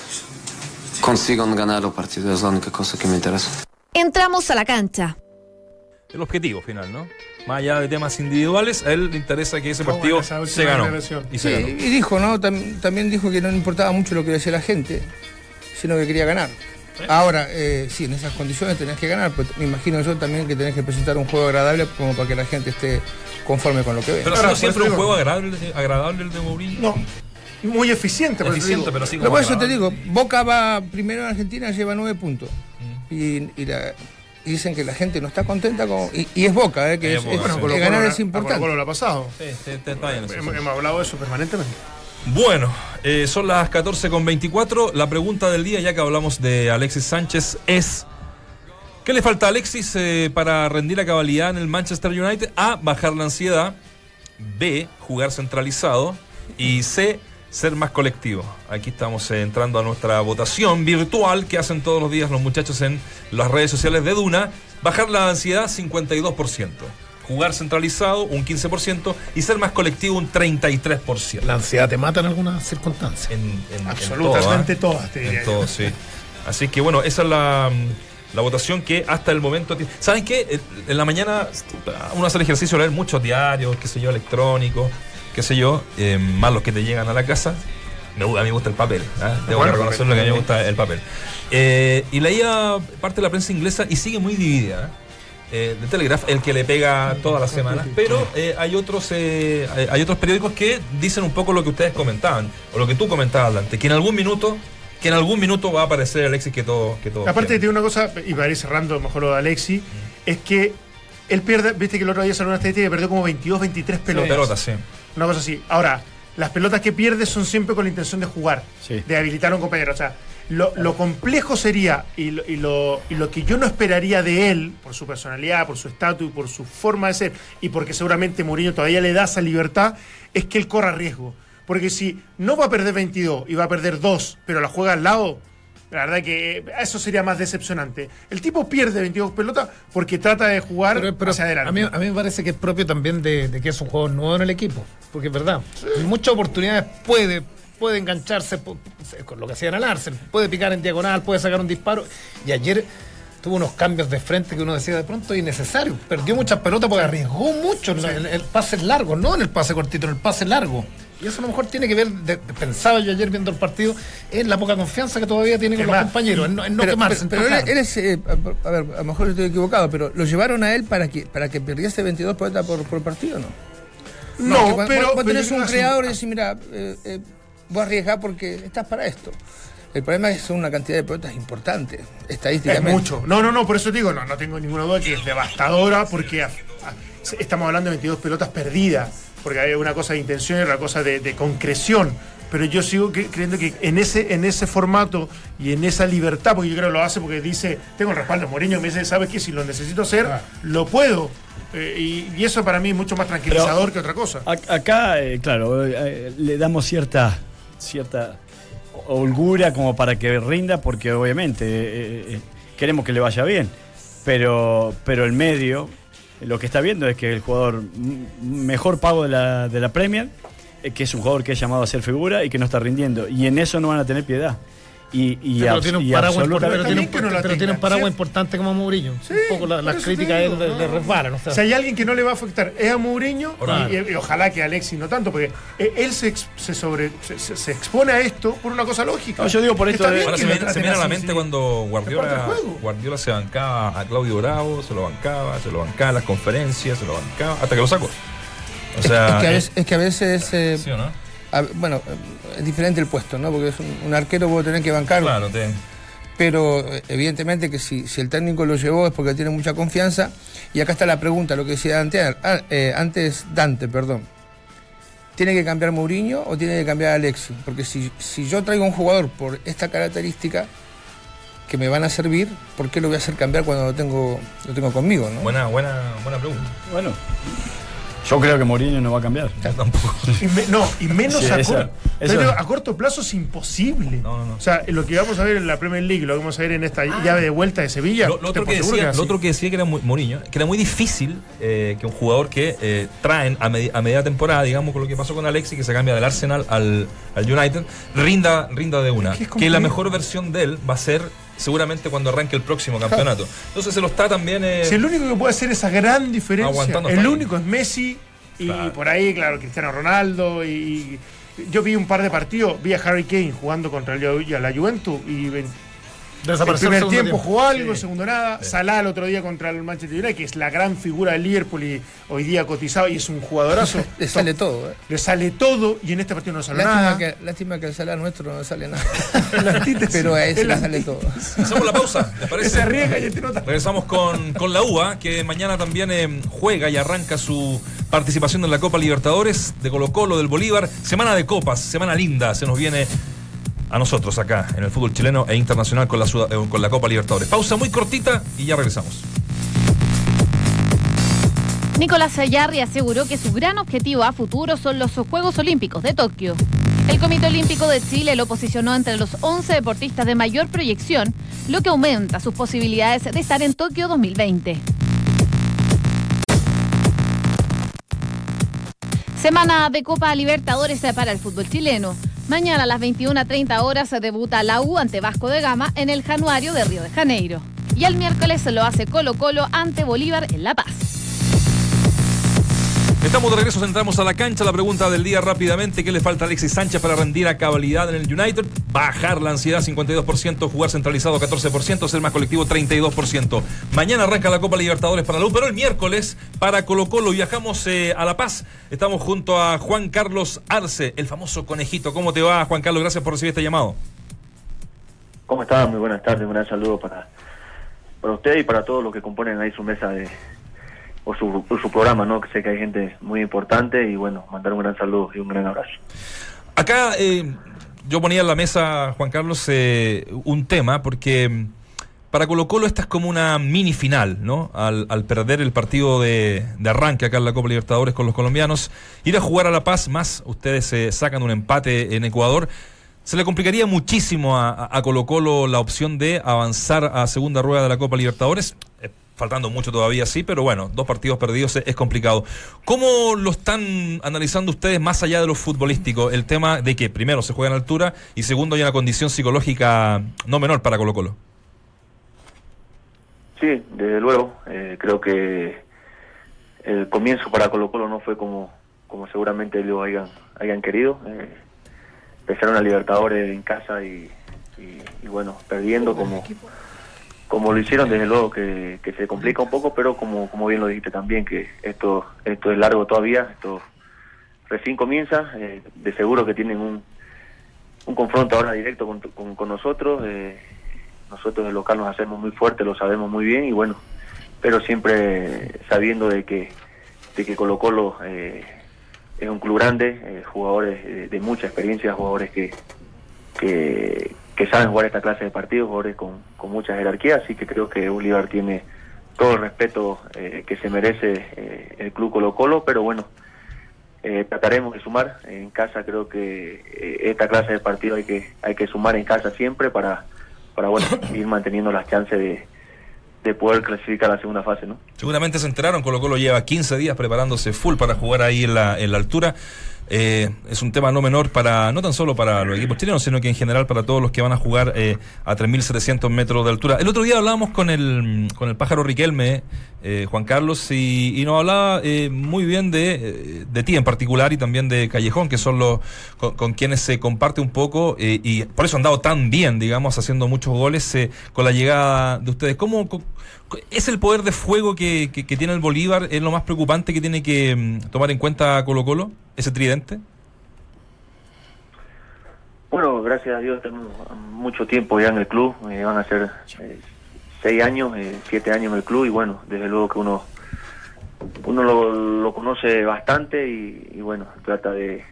consigan ganar el partido, es la única cosa que me interesa. Entramos a la cancha. El objetivo final, ¿no? Más allá de temas individuales, a él le interesa que ese partido se ganó. Y se ganó. Y dijo, ¿no? También dijo que no le importaba mucho lo que decía la gente, sino que quería ganar. Ahora, sí, en esas condiciones tenés que ganar, pero me imagino yo también que tenés que presentar un juego agradable como para que la gente esté conforme con lo que ve. Pero ahora, siempre un juego agradable el de Mourinho. No. Muy eficiente, pero sí. Pero por eso te digo, Boca va primero en Argentina, lleva 9 puntos. Y dicen que la gente no está contenta con. Y es Boca, que ganar es importante. Colo lo ha pasado. Sí, está bien. Hemos hablado de eso permanentemente. Bueno, son las 14:24. La pregunta del día, ya que hablamos de Alexis Sánchez, es: ¿Qué le falta a Alexis para rendir a cabalidad en el Manchester United? A, bajar la ansiedad. B, jugar centralizado. Y C, ser más colectivo. Aquí estamos entrando a nuestra votación virtual que hacen todos los días los muchachos en las redes sociales de Duna. Bajar la ansiedad, 52%. Jugar centralizado, un 15%. Y ser más colectivo, un 33%. La ansiedad te mata en algunas circunstancias. Absolutamente en todo, todas, te diría en yo. todo, sí. Así que bueno, esa es la votación que hasta el momento... ¿Saben qué? En la mañana uno hace el ejercicio de leer muchos diarios, qué sé yo, electrónicos, qué sé yo, más los que te llegan a la casa. A mí me gusta el papel, ¿eh? Tengo que reconocerlo que a mí me gusta el papel. Y leía parte de la prensa inglesa y sigue muy dividida, de Telegraph, el que le pega todas las semanas, pero hay otros periódicos que dicen un poco lo que ustedes comentaban, o lo que tú comentabas antes, que en algún minuto va a aparecer Alexis que todo Aparte tiene una cosa, y para ir cerrando mejor lo de Alexis, es que él pierde, viste que el otro día salió una estadística que perdió como 22, 23 pelotas. Sí. Una cosa así. Ahora, las pelotas que pierde son siempre con la intención de jugar, de habilitar a un compañero. O sea, lo complejo sería, y lo que yo no esperaría de él, por su personalidad, por su estatus y por su forma de ser, y porque seguramente Mourinho todavía le da esa libertad, es que él corra riesgo. Porque si no va a perder 22 y va a perder 2, pero la juega al lado, la verdad que eso sería más decepcionante. El tipo pierde 22 pelotas porque trata de jugar pero hacia adelante. A mí me parece que es propio también de que es un jugador nuevo en el equipo. Porque es verdad, en muchas oportunidades puede engancharse con lo que hacía en el Arsenal, puede picar en diagonal, puede sacar un disparo. Y ayer tuvo unos cambios de frente que uno decía de pronto innecesario. Perdió muchas pelotas porque arriesgó mucho en el pase largo, no en el pase cortito, en el pase largo. Y eso a lo mejor tiene que ver, pensaba yo ayer viendo el partido, en la poca confianza que todavía tiene con los compañeros, en no quemarse. Pero él es, a ver, a lo mejor estoy equivocado, pero ¿lo llevaron a él para que perdiese 22 pelotas por partido, no? No, pero vos tenés un creador y decís, mira, voy a arriesgar porque estás para esto. El problema es que son una cantidad de pelotas importantes, estadísticamente. Es mucho. No, por eso digo, no tengo ninguna duda que es devastadora, porque estamos hablando de 22 pelotas perdidas, porque hay una cosa de intención y otra cosa de concreción. Pero yo sigo creyendo que en ese formato y en esa libertad, porque yo creo que lo hace porque dice, tengo el respaldo de Mourinho, me dice, ¿sabes qué? Si lo necesito hacer, lo puedo. Y eso para mí es mucho más tranquilizador que otra cosa. Acá, claro, le damos cierta holgura como para que rinda, porque obviamente queremos que le vaya bien. Pero el medio, lo que está viendo es que el jugador mejor pago de la Premier, que es un jugador que es llamado a ser figura y que no está rindiendo. Y en eso no van a tener piedad. Pero tiene un paraguas importante como Mourinho. Sí, un poco las críticas a él le resbalan. O sea. Si hay alguien que no le va a afectar es a Mourinho, y ojalá que a Alexis no tanto, porque él se expone a esto por una cosa lógica. No, yo digo por esto. Ahora se me viene a la mente cuando Guardiola se bancaba a Claudio Bravo, se lo bancaba en las conferencias, se lo bancaba, hasta que lo sacó. O sea, es que a veces ¿sí o no? bueno, es diferente el puesto, ¿no? Porque es un arquero que vos tenés que bancarlo. Claro, Pero evidentemente que si el técnico lo llevó es porque tiene mucha confianza. Y acá está la pregunta, lo que decía antes Dante, perdón. ¿Tiene que cambiar Mourinho o tiene que cambiar Alexis? Porque si yo traigo un jugador por esta característica que me van a servir, ¿por qué lo voy a hacer cambiar cuando lo tengo conmigo, ¿no? Buena pregunta. Bueno, yo creo que Mourinho no va a cambiar. Tampoco. Y menos sí, a corto plazo es imposible. No. O sea, lo que vamos a ver en la Premier League, lo que vamos a ver en esta llave de vuelta de Sevilla. Lo otro que decía que era Mourinho, que era muy difícil que un jugador que traen a media temporada, digamos, con lo que pasó con Alexis, que se cambia del Arsenal al United, rinda de una. Que la mejor versión de él va a ser seguramente cuando arranque el próximo campeonato. Entonces se lo está también... si el único que puede hacer esa gran diferencia, el único es Messi, y por ahí, claro, Cristiano Ronaldo, y yo vi un par de partidos, vi a Harry Kane jugando contra la Juventus, y el primer tiempo jugó algo, segundo nada. Salah el otro día contra el Manchester United, que es la gran figura del Liverpool y hoy día cotizado y es un jugadorazo. Le sale todo, Le sale todo y en este partido no sale nada. Lástima que el Salah nuestro no sale nada. Pero a ese le sale todo. Hacemos la pausa, ¿les parece? Se arriesga y nota. Regresamos con la UA, que mañana también juega y arranca su participación en la Copa Libertadores de Colo-Colo, del Bolívar. Semana de copas, semana linda, se nos viene a nosotros acá en el fútbol chileno e internacional con la Copa Libertadores. Pausa muy cortita y ya regresamos. Nicolás Yarri aseguró que su gran objetivo a futuro son los Juegos Olímpicos de Tokio. El Comité Olímpico de Chile lo posicionó entre los 11 deportistas de mayor proyección, lo que aumenta sus posibilidades de estar en Tokio 2020. Semana de Copa Libertadores para el fútbol chileno. Mañana a las 21:30 horas debuta la U ante Vasco da Gama en el Januario de Río de Janeiro. Y el miércoles lo hace Colo-Colo ante Bolívar en La Paz. Estamos de regreso, entramos a la cancha. La pregunta del día rápidamente: ¿qué le falta a Alexis Sánchez para rendir a cabalidad en el United? Bajar la ansiedad 52%, jugar centralizado 14%, ser más colectivo 32%. Mañana arranca la Copa Libertadores para la U, pero el miércoles para Colo-Colo viajamos a La Paz. Estamos junto a Juan Carlos Arce, el famoso conejito. ¿Cómo te va, Juan Carlos? Gracias por recibir este llamado. ¿Cómo estás? Muy buenas tardes, un gran saludo para usted y para todos los que componen ahí su mesa o su programa, ¿no? Que sé que hay gente muy importante y bueno, mandar un gran saludo y un gran abrazo. Acá yo ponía en la mesa, Juan Carlos, un tema, porque para Colo-Colo esta es como una mini final, ¿no? Al perder el partido de arranque acá en la Copa Libertadores con los colombianos, ir a jugar a La Paz, más ustedes sacan un empate en Ecuador, se le complicaría muchísimo a Colo-Colo la opción de avanzar a segunda rueda de la Copa Libertadores. Faltando mucho todavía, sí, pero bueno, 2 partidos perdidos es complicado. ¿Cómo lo están analizando ustedes más allá de lo futbolístico? El tema de que primero se juega en altura y segundo hay una condición psicológica no menor para Colo-Colo. Sí, desde luego. Creo que el comienzo para Colo-Colo no fue como seguramente ellos hayan querido. Empezaron a Libertadores en casa y bueno, perdiendo como lo hicieron, desde luego que se complica un poco, pero como bien lo dijiste también, que esto es largo todavía, esto recién comienza, de seguro que tienen un confronto ahora directo con nosotros, nosotros el local nos hacemos muy fuerte, lo sabemos muy bien, y bueno, pero siempre sabiendo de que Colo-Colo es un club grande, jugadores de mucha experiencia, jugadores que saben jugar esta clase de partidos, jugadores con mucha jerarquía, así que creo que Bolívar tiene todo el respeto que se merece el club Colo-Colo, pero bueno, trataremos de sumar en casa. Creo que esta clase de partido hay que sumar en casa siempre para bueno, ir manteniendo las chances de poder clasificar a la segunda fase, ¿no? Seguramente se enteraron, Colo-Colo lleva 15 días preparándose full para jugar ahí en la altura. Es un tema no menor no tan solo para los equipos chilenos, sino que en general para todos los que van a jugar a 3.700 metros de altura. El otro día hablábamos con el pájaro Riquelme, Juan Carlos, y nos hablaba muy bien de ti en particular y también de Callejón, que son los con quienes se comparte un poco, y por eso han dado tan bien, digamos, haciendo muchos goles con la llegada de ustedes. ¿Cómo es el poder de fuego que tiene el Bolívar? ¿Es lo más preocupante que tiene que tomar en cuenta Colo-Colo? ¿Ese tridente? Bueno, gracias a Dios tenemos mucho tiempo ya en el club, van a ser 6 años, 7 años en el club, y bueno, desde luego que uno lo conoce bastante y bueno, trata de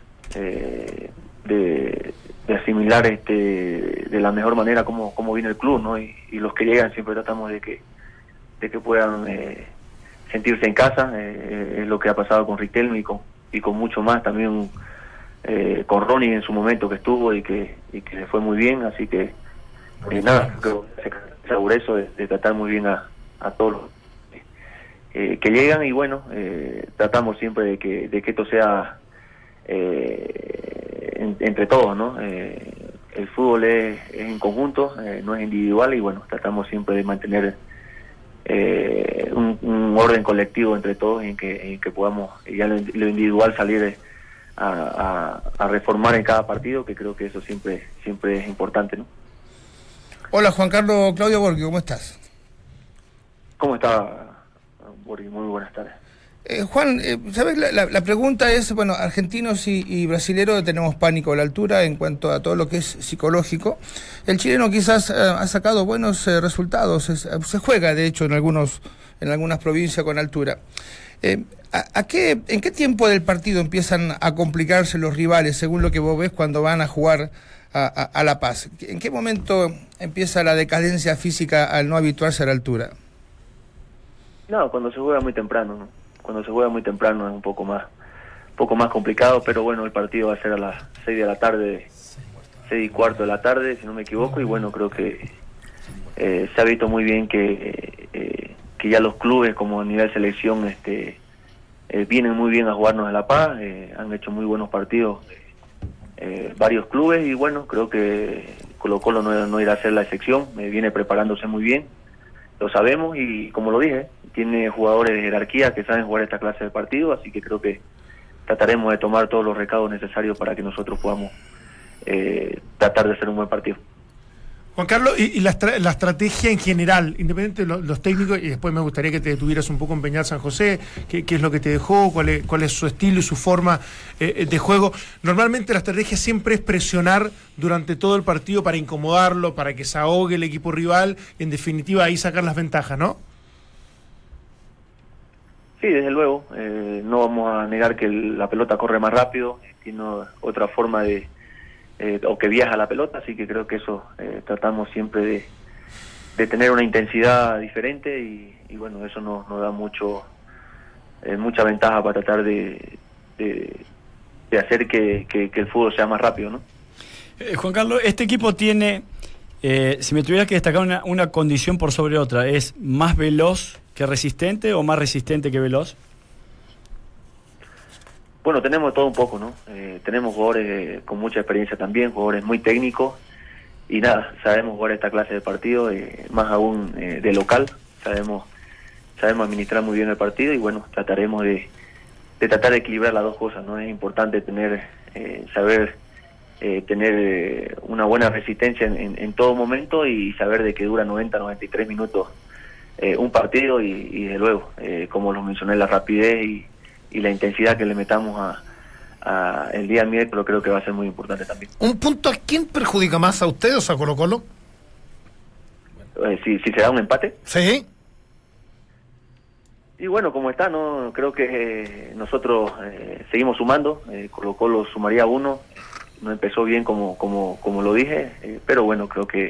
asimilar de la mejor manera cómo viene el club, ¿no? Y los que llegan siempre tratamos de que puedan sentirse en casa, es lo que ha pasado con Riquelme y con mucho más, también con Ronnie en su momento que estuvo y que le fue muy bien, así que nada, creo que se asegura eso de tratar muy bien a todos los que llegan, y bueno, tratamos siempre de que esto sea entre todos, ¿no? El fútbol es en conjunto, no es individual, y bueno, tratamos siempre de mantener un orden colectivo entre todos en que podamos ya lo individual salir a reformar en cada partido, que creo que eso siempre es importante, ¿no? Hola, Juan Carlos. Claudio Borghi, ¿cómo estás? ¿Cómo está, Borghi? Muy buenas tardes. Juan, ¿sabes? La pregunta es, bueno, argentinos y brasileros tenemos pánico a la altura en cuanto a todo lo que es psicológico. El chileno quizás ha sacado buenos resultados, se juega de hecho en algunos en algunas provincias con altura. ¿En qué tiempo del partido empiezan a complicarse los rivales, según lo que vos ves cuando van a jugar a La Paz? ¿En qué momento empieza la decadencia física al no habituarse a la altura? No, cuando se juega muy temprano, ¿no? Cuando se juega muy temprano es un poco más complicado, pero bueno, el partido va a ser a las 6 de la tarde, 6:15 de la tarde, si no me equivoco, y bueno, creo que se ha visto muy bien que ya los clubes como a nivel selección vienen muy bien a jugarnos en La Paz, han hecho muy buenos partidos varios clubes, y bueno, creo que Colo-Colo no irá a ser la excepción, viene preparándose muy bien, lo sabemos, y como lo dije, tiene jugadores de jerarquía que saben jugar esta clase de partido, así que creo que trataremos de tomar todos los recaudos necesarios para que nosotros podamos tratar de hacer un buen partido. Juan Carlos, y la estrategia en general, independiente de los técnicos, y después me gustaría que te detuvieras un poco en Peñal San José, qué es lo que te dejó, cuál es su estilo y su forma de juego. Normalmente la estrategia siempre es presionar durante todo el partido para incomodarlo, para que se ahogue el equipo rival, y en definitiva ahí sacar las ventajas, ¿no? Sí, desde luego, no vamos a negar que la pelota corre más rápido, tiene otra forma o que viaja la pelota, así que creo que eso tratamos siempre de tener una intensidad diferente, y bueno, eso nos da mucha ventaja para tratar de hacer que el fútbol sea más rápido, ¿no? Juan Carlos, este equipo tiene, si me tuviera que destacar una condición por sobre otra, ¿es más veloz que resistente o más resistente que veloz? Bueno, tenemos todo un poco, ¿no? Tenemos jugadores con mucha experiencia también, jugadores muy técnicos, y nada, sabemos jugar esta clase de partido, más aún de local, sabemos administrar muy bien el partido, y bueno, trataremos de tratar de equilibrar las dos cosas, ¿no? Es importante saber tener una buena resistencia en todo momento, y saber de que dura 90-93 minutos un partido, y desde luego, como lo mencioné, la rapidez y la intensidad que le metamos el día miércoles creo que va a ser muy importante también. ¿Un punto a quién perjudica más, a ustedes o a Colo-Colo? Si se da un empate. Sí. Y bueno, como está, no creo que nosotros seguimos sumando. Colo-Colo sumaría uno, no empezó bien como lo dije, pero bueno, creo que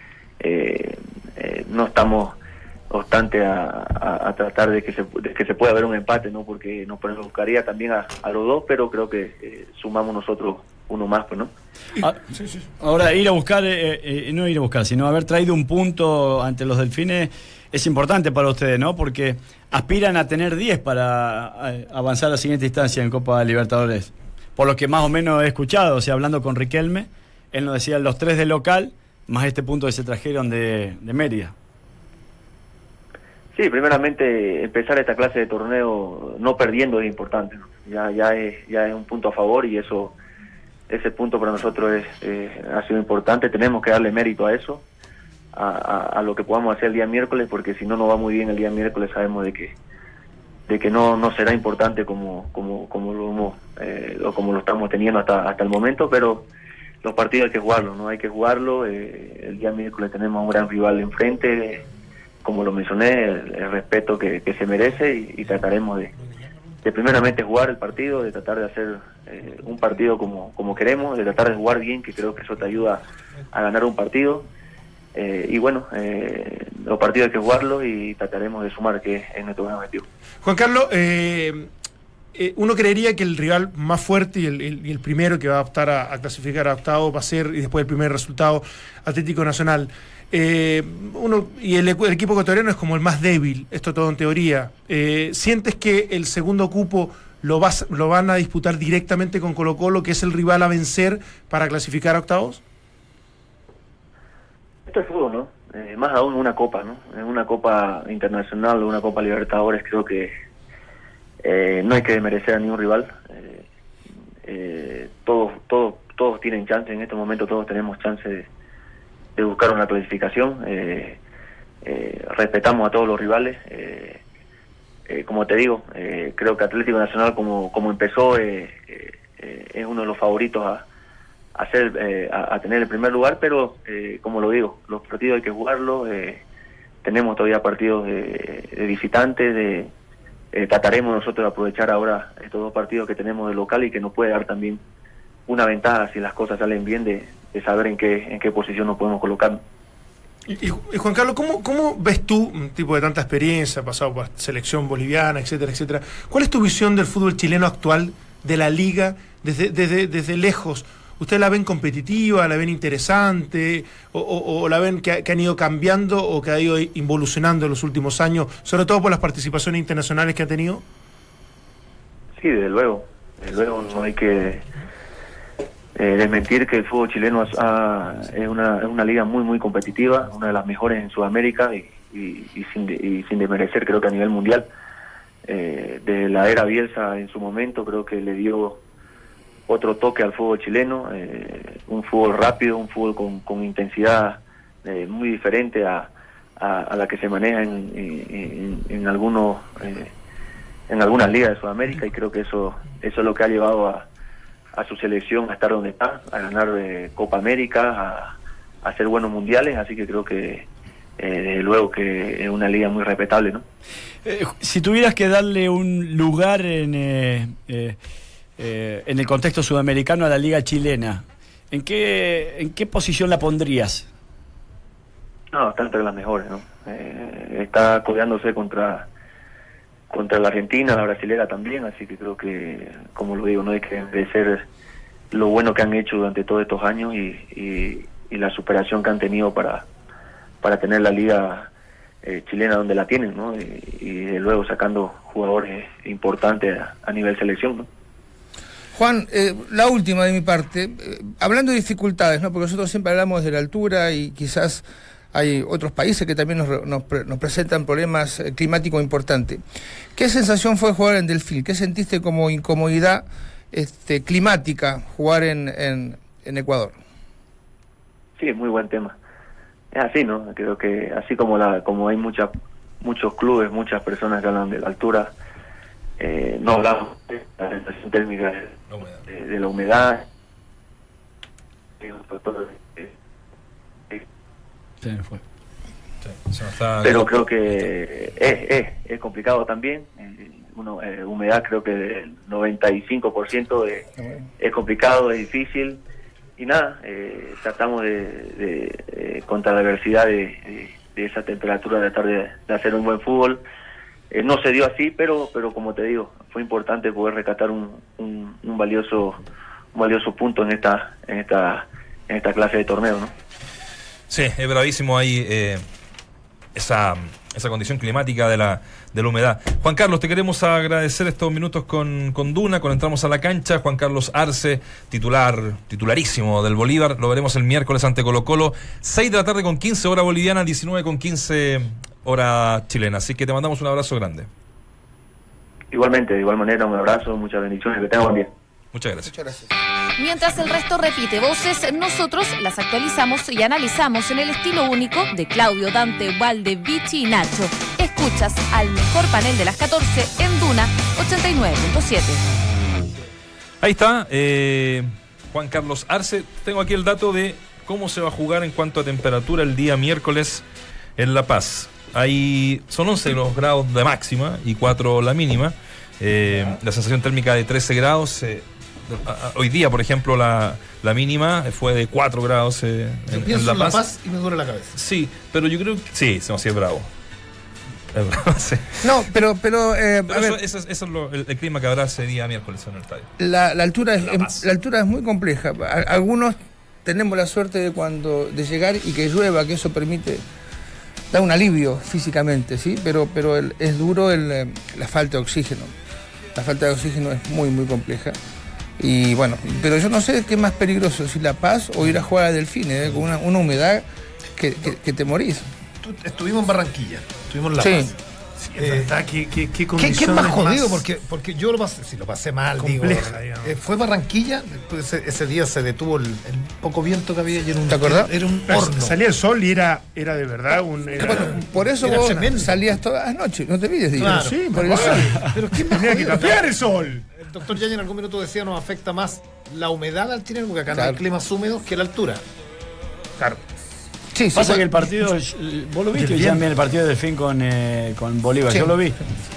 no estamos obstante a tratar de que se pueda haber un empate, ¿no? Porque nos buscaría también a los dos, pero creo que sumamos nosotros uno más, pues, ¿no? Sí. Ahora, ir a buscar, no ir a buscar, sino haber traído un punto ante los Delfines es importante para ustedes, ¿no? Porque aspiran a tener 10 para avanzar a la siguiente instancia en Copa Libertadores. Por lo que más o menos he escuchado, o sea, hablando con Riquelme, él nos decía los 3 de local, más este punto que se trajeron de Mérida. Sí, primeramente empezar esta clase de torneo no perdiendo es importante, ¿no? Ya es un punto a favor, y ese punto para nosotros ha sido importante. Tenemos que darle mérito a eso, a lo que podamos hacer el día miércoles, porque si no nos va muy bien el día miércoles, sabemos de que no será importante como lo estamos teniendo hasta el momento, pero los partidos hay que jugarlos, ¿no? Hay que jugarlo. El día miércoles tenemos un gran rival enfrente, como lo mencioné, el respeto que se merece, y trataremos de primeramente jugar el partido, de tratar de hacer un partido como queremos, de tratar de jugar bien, que creo que eso te ayuda a ganar un partido, y bueno, los partidos hay que jugarlos, y trataremos de sumar, que es nuestro gran objetivo. Juan Carlos, uno creería que el rival más fuerte y el primero que va a optar a clasificar a octavo va a ser, y después el primer resultado, Atlético Nacional. El equipo ecuatoriano es como el más débil, esto todo en teoría. ¿Sientes que el segundo cupo lo van a disputar directamente con Colo-Colo, que es el rival a vencer para clasificar a octavos? Esto es fútbol, ¿no? Más aún una copa, ¿no? En una copa internacional o una copa Libertadores, creo que no hay que desmerecer a ningún rival. Todos tienen chance, en este momento todos tenemos chance de buscar una clasificación. Respetamos a todos los rivales. Como te digo, creo que Atlético Nacional, como empezó, es uno de los favoritos a tener el primer lugar, pero como lo digo, los partidos hay que jugarlos. tenemos todavía partidos de visitantes, trataremos nosotros de aprovechar ahora estos 2 partidos que tenemos de local y que nos puede dar también una ventaja si las cosas salen bien de saber en qué posición nos podemos colocar. Y Juan Carlos, ¿cómo ves tú, un tipo de tanta experiencia, pasado por selección boliviana, etcétera, etcétera? ¿Cuál es tu visión del fútbol chileno actual, de la liga, desde lejos? ¿Ustedes la ven competitiva, la ven interesante, o la ven que han ido cambiando o que ha ido involucionando en los últimos años, sobre todo por las participaciones internacionales que ha tenido? Sí, desde luego no hay que desmentir que el fútbol chileno es una liga muy muy competitiva, una de las mejores en Sudamérica y sin desmerecer, creo que a nivel mundial. De la era Bielsa en su momento creo que le dio otro toque al fútbol chileno, un fútbol rápido, un fútbol con intensidad muy diferente a la que se maneja en algunas ligas de Sudamérica, y creo que eso es lo que ha llevado a su selección a estar donde está, a ganar Copa América, a hacer buenos mundiales, así que creo que desde luego que es una liga muy respetable, ¿no? Si tuvieras que darle un lugar en el contexto sudamericano a la liga chilena, ¿en qué posición la pondrías? No, está entre las mejores, ¿no? Está codeándose contra la Argentina, la brasilera también, así que creo que, como lo digo, no hay que envejecer lo bueno que han hecho durante todos estos años y la superación que han tenido para tener la liga chilena donde la tienen, ¿no? Y luego sacando jugadores importantes a nivel selección, ¿no? Juan, la última de mi parte, hablando de dificultades, ¿no? Porque nosotros siempre hablamos de la altura y quizás hay otros países que también nos presentan problemas climáticos importantes. ¿Qué sensación fue jugar en Delfín? ¿Qué sentiste como incomodidad climática jugar en Ecuador? Sí, es muy buen tema. Es así, ¿no? Creo que así como hay muchos clubes, muchas personas que hablan de la altura, no hablamos de la sensación térmica de la humedad. Pero creo que es complicado también. Humedad creo que del 95% es complicado, es difícil. Y nada, tratamos de contra la adversidad de esa temperatura, de tratar de hacer un buen fútbol. No se dio así, pero como te digo, fue importante poder rescatar un valioso punto en esta clase de torneo, ¿no? Sí, es bravísimo ahí esa condición climática de la humedad. Juan Carlos, te queremos agradecer estos minutos con Duna, cuando entramos a la cancha. Juan Carlos Arce, titularísimo del Bolívar. Lo veremos el miércoles ante Colo-Colo, 6 de la tarde con 15 hora boliviana, 19 con 15 hora chilena. Así que te mandamos un abrazo grande. Igualmente, de igual manera, un abrazo, muchas bendiciones, que tengan buen día. Muchas gracias. Muchas gracias. Mientras el resto repite voces, nosotros las actualizamos y analizamos en el estilo único de Claudio, Dante, Valde, Vichy y Nacho. Escuchas al mejor panel de las 14 en Duna 89.7. Ahí está, Juan Carlos Arce. Tengo aquí el dato de cómo se va a jugar en cuanto a temperatura el día miércoles en La Paz. Son 11 los grados de máxima y 4 la mínima. La sensación térmica de 13 grados. Hoy día, por ejemplo, la mínima fue de 4 grados en La Paz. Y me duele la cabeza. Sí, pero yo creo que sí es bravo. Es bravo, sí. No, pero eso es el clima que habrá ese día miércoles en el estadio. la altura es muy compleja. Algunos tenemos la suerte de llegar y que llueva, que eso permite dar un alivio físicamente, ¿sí? Pero es duro la falta de oxígeno. La falta de oxígeno es muy, muy compleja. Y bueno, pero yo no sé qué es más peligroso, si La Paz o ir a jugar a Delfines, con una humedad que te morís. Estuvimos en Barranquilla, estuvimos en La Sí. Paz. Sí, es verdad, ¿qué ¿Qué es condiciones más jodido? más Porque yo lo pasé mal, compleja, digo. digamos. Fue Barranquilla, después ese día se detuvo el poco viento que había y ¿Te acordás? era un horno. Salía el sol y era de verdad Por eso Era vos tremendo. salías todas las noches, no te olvides, digo. Claro. sí, por el sol. Pero ¿qué más tenía que jodido? tapear el sol. El doctor Yañez en algún minuto decía nos afecta más la humedad al chileno, porque acá no Claro. hay climas húmedos, que la altura. Claro. Sí, sí, Pasa sí. que el partido, vos lo viste ya el partido de Delfín con Bolívar, Sí. yo lo vi.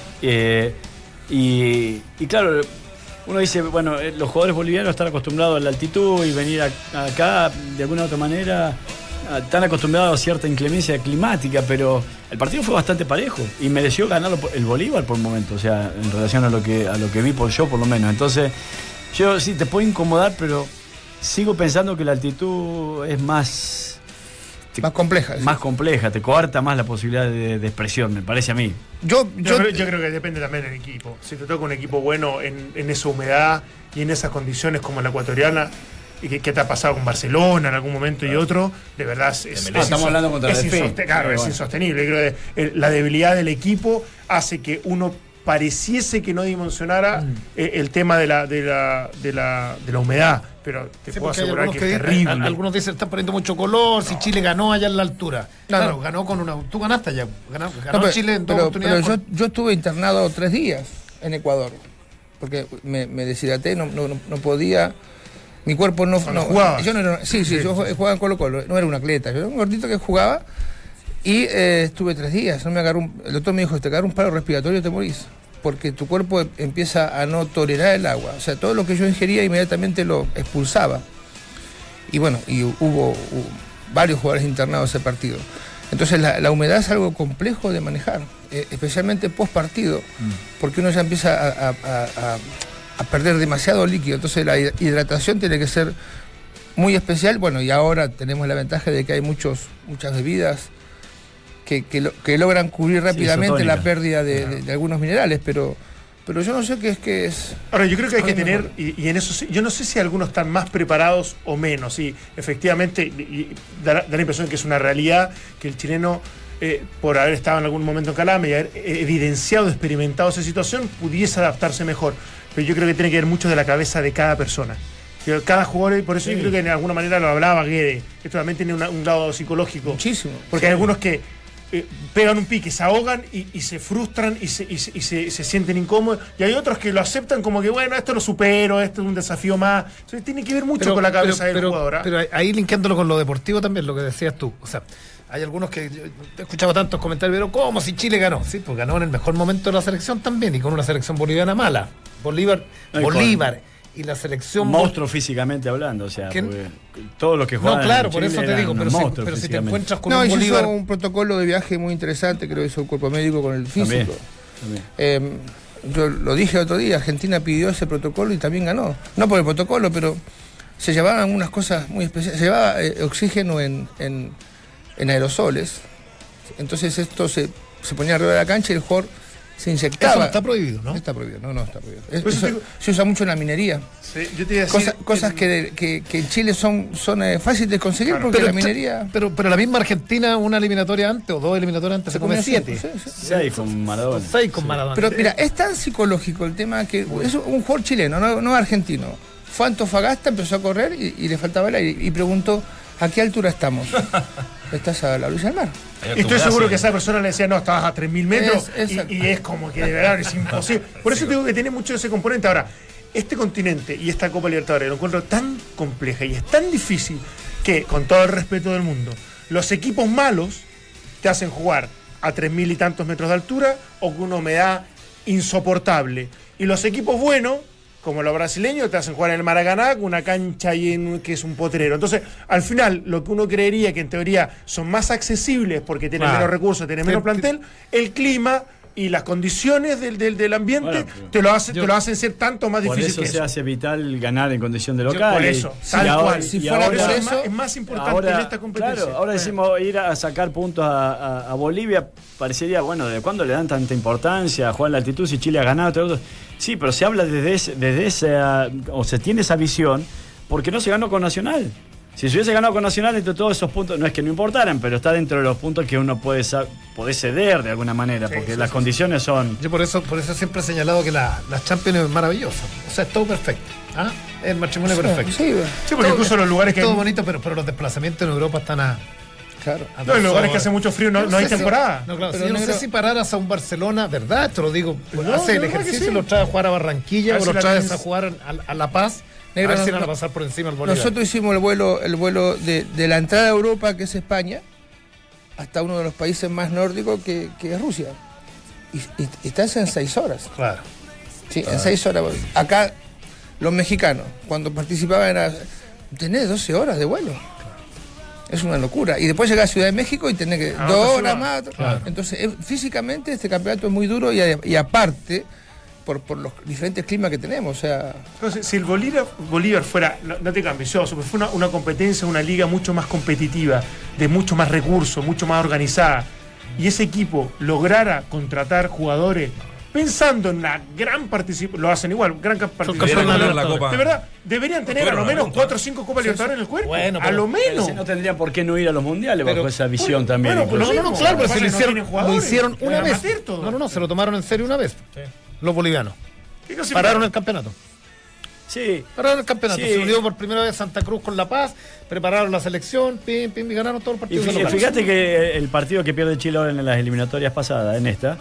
Y claro, uno dice, bueno, los jugadores bolivianos están acostumbrados a la altitud y venir acá de alguna u otra manera, están acostumbrados a cierta inclemencia climática, pero el partido fue bastante parejo y mereció ganarlo el Bolívar por un momento, o sea, en relación a lo que vi por lo menos. Entonces, yo sí te puedo incomodar, pero sigo pensando que la altitud es más compleja. Más compleja, te coarta más la posibilidad de expresión, me parece a mí. Yo creo que depende también del equipo. Si te toca un equipo bueno en esa humedad y en esas condiciones como la ecuatoriana, y que te ha pasado con Barcelona en algún momento y otro, de verdad estamos hablando contra el Delfín. es insostenible. Creo que la debilidad del equipo hace que uno pareciese que no dimensionara el tema de la humedad, pero te puedo asegurar que es terrible. Algunos dicen están poniendo mucho color, si Chile ganó allá en la altura. Claro, ganó con una... Tú ganaste allá, ganó Chile en dos oportunidades. Pero yo estuve internado 3 días en Ecuador, porque me deshidraté, no podía... Mi cuerpo no jugaba. Yo yo jugaba en Colo-Colo, no era un atleta, yo era un gordito que jugaba y estuve 3 días. El doctor me dijo, te agarra un paro respiratorio, te morís, porque tu cuerpo empieza a no tolerar el agua. O sea, todo lo que yo ingería inmediatamente lo expulsaba. Y bueno, hubo varios jugadores internados ese partido. Entonces la humedad es algo complejo de manejar, especialmente post partido, porque uno ya empieza a perder demasiado líquido. Entonces la hidratación tiene que ser muy especial. Bueno, y ahora tenemos la ventaja de que hay muchas bebidas que logran cubrir rápidamente la pérdida de algunos minerales, pero yo no sé qué es. Ahora, yo creo que hay que tener, y en eso sí, yo no sé si algunos están más preparados o menos, y efectivamente da la impresión que es una realidad que el chileno, por haber estado en algún momento en Calama y haber evidenciado, experimentado esa situación, pudiese adaptarse mejor. Pero yo creo que tiene que ver mucho de la cabeza de cada persona. Cada jugador, por eso yo creo que de alguna manera lo hablaba Guede, esto también tiene un lado psicológico. Muchísimo. Porque hay algunos que pegan un pique, se ahogan y se frustran y se sienten incómodos, y hay otros que lo aceptan como que bueno, esto lo supero, esto es un desafío más. Entonces tiene que ver mucho con la cabeza del jugador. Pero ahí linkeándolo con lo deportivo también, lo que decías tú, o sea, hay algunos que yo he escuchado tantos comentarios, pero ¿cómo si Chile ganó? Sí, pues ganó en el mejor momento de la selección también, y con una selección boliviana mala. Bolívar y la selección... Monstruo físicamente hablando, o sea, todos los que juegan... No, claro, por eso te digo, pero si te encuentras con un Bolívar... hizo un protocolo de viaje muy interesante, creo que hizo el cuerpo médico con el físico. También. Yo lo dije el otro día, Argentina pidió ese protocolo y también ganó. No por el protocolo, pero se llevaban unas cosas muy especiales. Se llevaba oxígeno en aerosoles, entonces esto se ponía arriba de la cancha y el jugador se inyectaba. Eso no está prohibido, ¿no? Está prohibido, no está prohibido. Se usa mucho en la minería. Sí, yo te iba a decir, cosas que en Chile son fáciles de conseguir, porque la minería... Pero la misma Argentina, una eliminatoria antes o 2 eliminatorias antes, se come 7. 6 con Maradona. 6 con Maradona. Pero mira, es tan psicológico el tema que es un jugador chileno, no argentino. Fue a Antofagasta, empezó a correr y le faltaba el aire. Y preguntó, ¿a qué altura estamos? Estás a la orilla del mar. Y estoy seguro que esa persona le decía, no, estabas a 3.000 metros, y es como que de verdad es imposible. Por eso digo que tiene mucho ese componente. Ahora, este continente y esta Copa Libertadores lo encuentro tan compleja y es tan difícil que, con todo el respeto del mundo, los equipos malos te hacen jugar a 3.000 y tantos metros de altura o con una humedad insoportable. Y los equipos buenos, como los brasileños, te hacen jugar en el Maracaná con una cancha que es un potrero. Entonces, al final, lo que uno creería que en teoría son más accesibles porque tienen menos recursos, tienen menos plantel, el clima y las condiciones del ambiente te lo hacen ser tanto más difícil que eso. Por eso se hace vital ganar en condición de local. Por eso, tal cual. Si fuera por eso, es más importante en esta competencia. Claro, ahora decimos ir a sacar puntos a Bolivia, parecería, bueno, ¿de cuándo le dan tanta importancia a jugar en la altitud si Chile ha ganado? Sí, pero se habla desde esa, o se tiene esa visión, porque no se ganó con Nacional. Si se hubiese ganado con Nacional, entre todos esos puntos, no es que no importaran, pero está dentro de los puntos que uno puede ceder de alguna manera, porque las condiciones son... Yo por eso siempre he señalado que la Champions es maravillosa. O sea, es todo perfecto. ¿Ah? Es el matrimonio perfecto. Sí, porque incluso los lugares que... Es todo bonito, pero los desplazamientos en Europa están a... Claro. No, en lugares que hace mucho frío no hay temporada. No, claro, pero yo no sé si pararas a un Barcelona, ¿verdad? Te lo digo. Hace el ejercicio y lo trae a jugar a Barranquilla o lo traes a jugar a La Paz. A ver si van a pasar por encima el Bolívar. Nosotros hicimos el vuelo de la entrada a Europa, que es España, hasta uno de los países más nórdicos que es Rusia. Y estás en 6 horas. Claro. Sí, en 6 horas. Acá, los mexicanos, cuando participaban, tenés 12 horas de vuelo. Es una locura. Y después llegás a Ciudad de México y tenés que 2 horas más. Claro. Entonces, físicamente este campeonato es muy duro y aparte, por los diferentes climas que tenemos. O sea, entonces, si el Bolívar fuera, no te cambies, yo, pero fue una competencia, una liga mucho más competitiva, de mucho más recursos, mucho más organizada, y ese equipo lograra contratar jugadores pensando en la gran participación, lo hacen igual, gran participación de la Copa. De verdad, deberían tener a lo menos 4 o 5 Copas Libertadores en el cuerpo. Bueno, a lo menos. No tendrían por qué no ir a los mundiales bajo esa visión también. Claro, pero si lo hicieron una vez. No, se lo tomaron en serio una vez. Sí. Los bolivianos. Pararon el campeonato. Sí. Pararon el campeonato. Sí. Se unió por primera vez Santa Cruz con La Paz, prepararon la selección, y ganaron todo el partido. Y fíjate que el partido que pierde Chile ahora en las eliminatorias pasadas, en esta,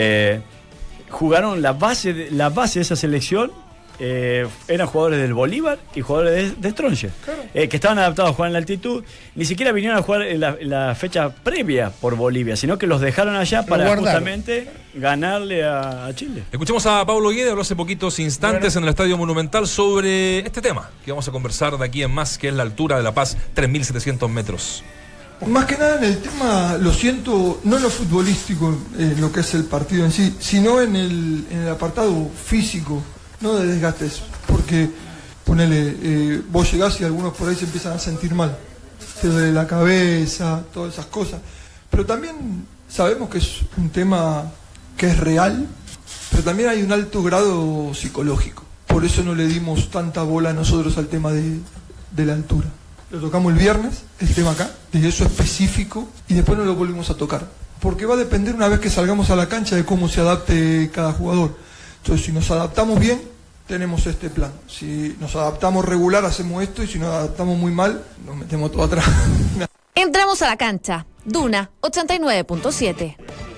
jugaron la base de esa selección. Eran jugadores del Bolívar y jugadores de Stronger, claro. Que estaban adaptados a jugar en la altitud. Ni siquiera vinieron a jugar en la fecha previa por Bolivia, sino que los dejaron allá para justamente ganarle a Chile. Escuchemos a Pablo Guede, habló hace poquitos instantes en el Estadio Monumental sobre este tema que vamos a conversar de aquí en más, que es la altura de La Paz, 3.700 metros. Más que nada en el tema, lo siento, no en lo futbolístico, lo que es el partido en sí, sino en el apartado físico, no de desgastes, porque ponele, vos llegás y algunos por ahí se empiezan a sentir mal, te duele la cabeza, todas esas cosas, pero también sabemos que es un tema que es real, pero también hay un alto grado psicológico, por eso no le dimos tanta bola a nosotros al tema de la altura. Lo tocamos el viernes, el tema acá, de eso específico, y después no lo volvimos a tocar, porque va a depender una vez que salgamos a la cancha de cómo se adapte cada jugador. Entonces, si nos adaptamos bien, tenemos este plan. Si nos adaptamos regular, hacemos esto, y si nos adaptamos muy mal, nos metemos todo atrás. Entramos a la cancha. Duna 89.7.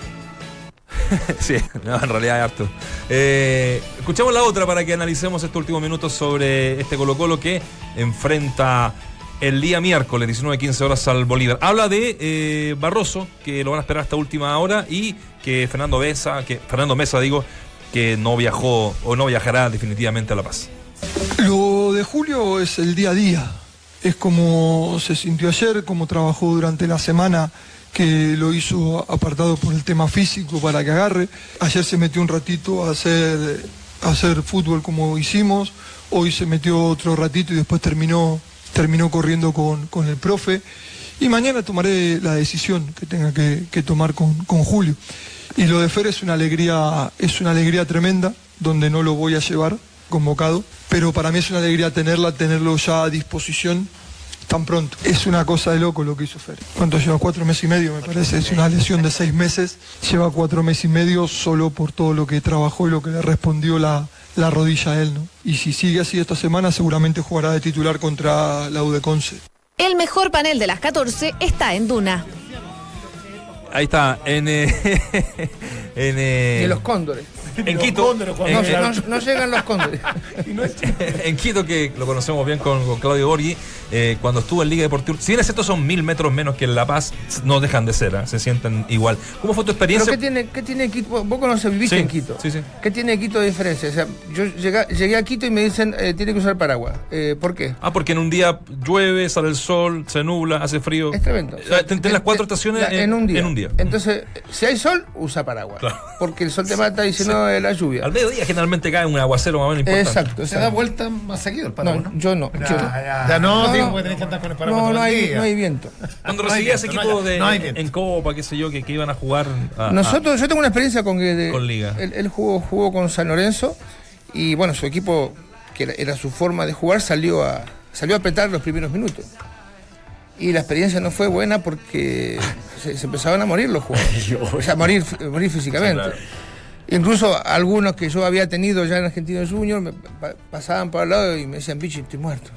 Sí, no, en realidad es harto. Escuchamos la otra para que analicemos estos últimos minutos sobre este Colo-Colo que enfrenta el día miércoles, 19:15 horas al Bolívar. Habla de Barroso, que lo van a esperar hasta última hora, y que Fernando Mesa, que no viajó o no viajará definitivamente a La Paz. Lo de Julio es el día a día. Es como se sintió ayer, como trabajó durante la semana, que lo hizo apartado por el tema físico para que agarre. Ayer se metió un ratito a hacer fútbol como hicimos. Hoy se metió otro ratito y después terminó corriendo con el profe. Y mañana tomaré la decisión que tenga que tomar con Julio. Y lo de Fer es una alegría tremenda, donde no lo voy a llevar convocado, pero para mí es una alegría tenerlo ya a disposición tan pronto. Es una cosa de loco lo que hizo Fer. ¿Cuánto lleva? 4 meses y medio, me parece. Es una lesión de 6 meses. Lleva 4 meses y medio solo por todo lo que trabajó y lo que le respondió la rodilla a él, ¿no? Y si sigue así esta semana, seguramente jugará de titular contra la U de Conce. El mejor panel de las 14 está en Duna. Ahí está, de los cóndores. En Quito. No llegan los cóndores. En Quito, que lo conocemos bien con Claudio Borghi, cuando estuvo en Liga Deportiva, si bien estos son 1000 metros menos que en La Paz, no dejan de ser, se sienten igual. ¿Cómo fue tu experiencia? ¿Pero qué tiene Quito? Vos viviste en Quito. Sí. ¿Qué tiene Quito de diferencia? O sea, yo llegué a Quito y me dicen, tiene que usar paraguas. ¿Por qué? Porque en un día llueve, sale el sol, se nubla, hace frío. Es tremendo. O sea, tenés las 4 estaciones en un día. Entonces, si hay sol, usa paraguas. Claro. Porque el sol te mata y si no, la lluvia. Al mediodía generalmente cae un aguacero más o menos importante. Exacto. Se da vuelta más seguido el paraguas, ¿no? Yo no. Digo que tenés que andar con el paraguas. No hay viento. Cuando recibías equipo en Copa, qué sé yo, que iban a jugar yo tengo una experiencia con Liga. Él jugó con San Lorenzo y bueno, su equipo, que era su forma de jugar, salió a apretar los primeros minutos. Y la experiencia no fue buena porque se empezaban a morir los jugadores. O sea, morir físicamente. Claro. Incluso algunos que yo había tenido ya en Argentino Junior me pasaban por al lado y me decían, bicho, estoy muerto.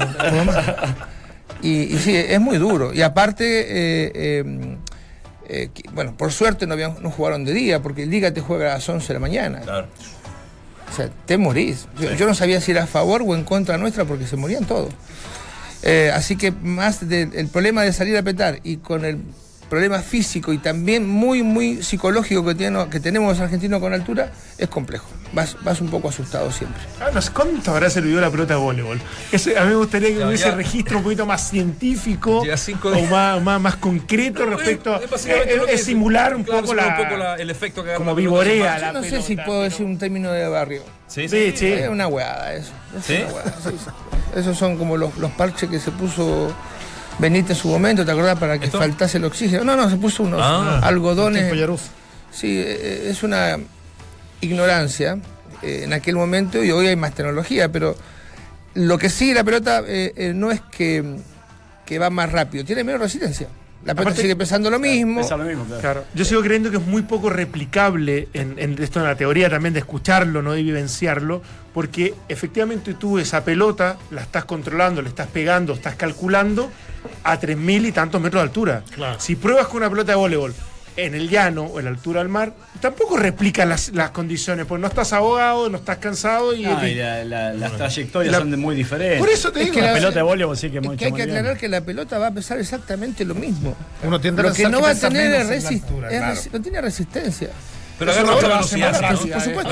Y sí, es muy duro. Y aparte, bueno, por suerte no jugaron de día, porque el Liga te juega a las 11 de la mañana. Claro. O sea, te morís. Yo no sabía si era a favor o en contra nuestra porque se morían todos. Así que más del problema de salir a petar y con el problema físico y también muy, muy psicológico que tenemos los argentinos con altura, es complejo. Vas un poco asustado siempre. No sé cuánto habrá servido la pelota de voleibol. A mí me gustaría que hubiese registro un poquito más científico o más concreto respecto a simular un poco el efecto que como vivorea la no pelota. sé si puedo decir un término de barrio. Sí. Es una hueada eso. ¿Sí? Una hueada, sí. Esos son como los parches que se puso Benítez en su momento, ¿te acordás? Para que faltase el oxígeno. No, se puso unos algodones. Sí, es una ignorancia en aquel momento y hoy hay más tecnología, pero lo que sí la pelota no es que va más rápido, tiene menos resistencia. La pelota sigue pesando lo mismo. Pesa lo mismo, Claro. Yo sigo creyendo que es muy poco replicable en esto, en la teoría también de escucharlo, no de vivenciarlo, porque efectivamente tú esa pelota la estás controlando, le estás pegando, estás calculando a 3.000 y tantos metros de altura. Claro. Si pruebas con una pelota de voleibol en el llano o en la altura del mar, tampoco replica las condiciones, porque no estás ahogado, no estás cansado y las trayectorias son muy diferentes. Por eso te Es digo, que la pelota de voleibol sí que es que hay que aclarar que la pelota va a pesar exactamente lo mismo. Uno tiende a Lo que pensar no que va a pesa tener menos es en la altura, claro. no tiene resistencia. Pero agarra mucha velocidad. Por supuesto,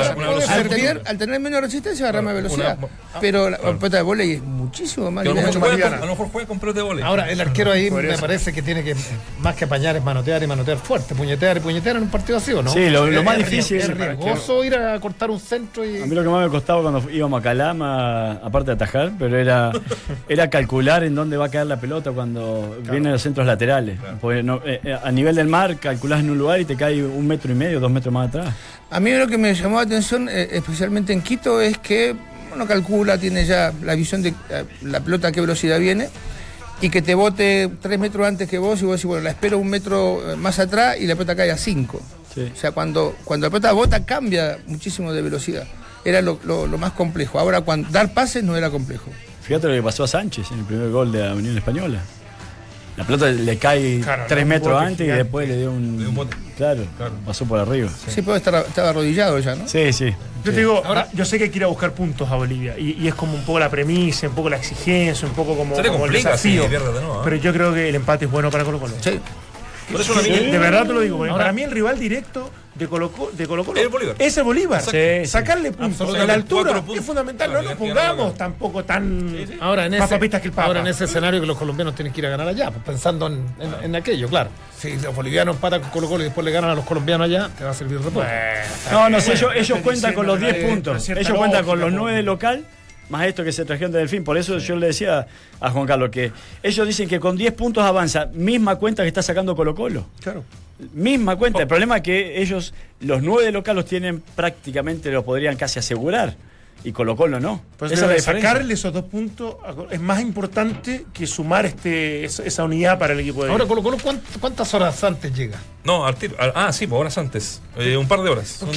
al tener menos resistencia agarra más velocidad. Pero la pelota de voleibol es muchísimo más A liviana. lo mejor juega con pelota de voleibol. Ahora, el arquero ahí me parece que tiene que, más que apañar, es manotear y manotear fuerte, puñetear y puñetear en un partido así, ¿o no? Sí, lo más difícil es riesgoso ir a cortar un centro y... A mí lo que más me costaba cuando íbamos a Calama, aparte de atajar, pero era calcular en dónde va a caer la pelota cuando vienen los centros laterales. Claro. Porque a nivel del mar calculás en un lugar y te cae 1,5 metros, 2 metros más atrás. A mí lo que me llamó la atención, especialmente en Quito, es que uno calcula, tiene ya la visión de la pelota a qué velocidad viene y que te bote 3 metros antes que vos y vos decís, bueno, la espero 1 metro más atrás y la pelota cae a 5. Sí. O sea, cuando la pelota bota cambia muchísimo de velocidad. Era lo más complejo. Ahora, dar pases no era complejo. Fíjate lo que pasó a Sánchez en el primer gol de la Unión Española. La pelota le cae 3 metros antes gigante. Y después le dio un bote. Claro, pasó por arriba. Sí, pero estaba arrodillado ya, ¿no? Sí. Yo te digo, ahora, yo sé que hay que ir a buscar puntos a Bolivia y es como un poco la premisa, un poco la exigencia, un poco como el desafío. Pero yo creo que el empate es bueno para Colo-Colo. Sí. Por eso de verdad te lo digo, para mí el rival directo de Colo-Colo es el Bolívar. Sí, sacarle puntos a la altura es fundamental. No nos pongamos tampoco tan más papistas que el Papa. Ahora en ese escenario que los colombianos tienen que ir a ganar allá, pues, pensando en aquello, claro. Si los bolivianos empatan con Colo-Colo y después le ganan a los colombianos allá, te va a servir de reposo. No sé, ellos cuentan con los 10 puntos. Ellos cuentan con los 9 de local. Más esto que se trajeron de Delfín. Por eso yo le decía a Juan Carlos que ellos dicen que con 10 puntos avanza. Misma cuenta que está sacando Colo-Colo. Claro. Misma cuenta. El problema es que ellos, los 9 de local los tienen prácticamente, lo podrían casi asegurar. Y Colo-Colo no. Pues esa es la diferencia. Sacarle esos 2 puntos es más importante que sumar esa unidad para el equipo de... Ahora, Colo-Colo, ¿cuántas horas antes llega? No, al tiro. Sí, pues horas antes. Un par de horas. Porque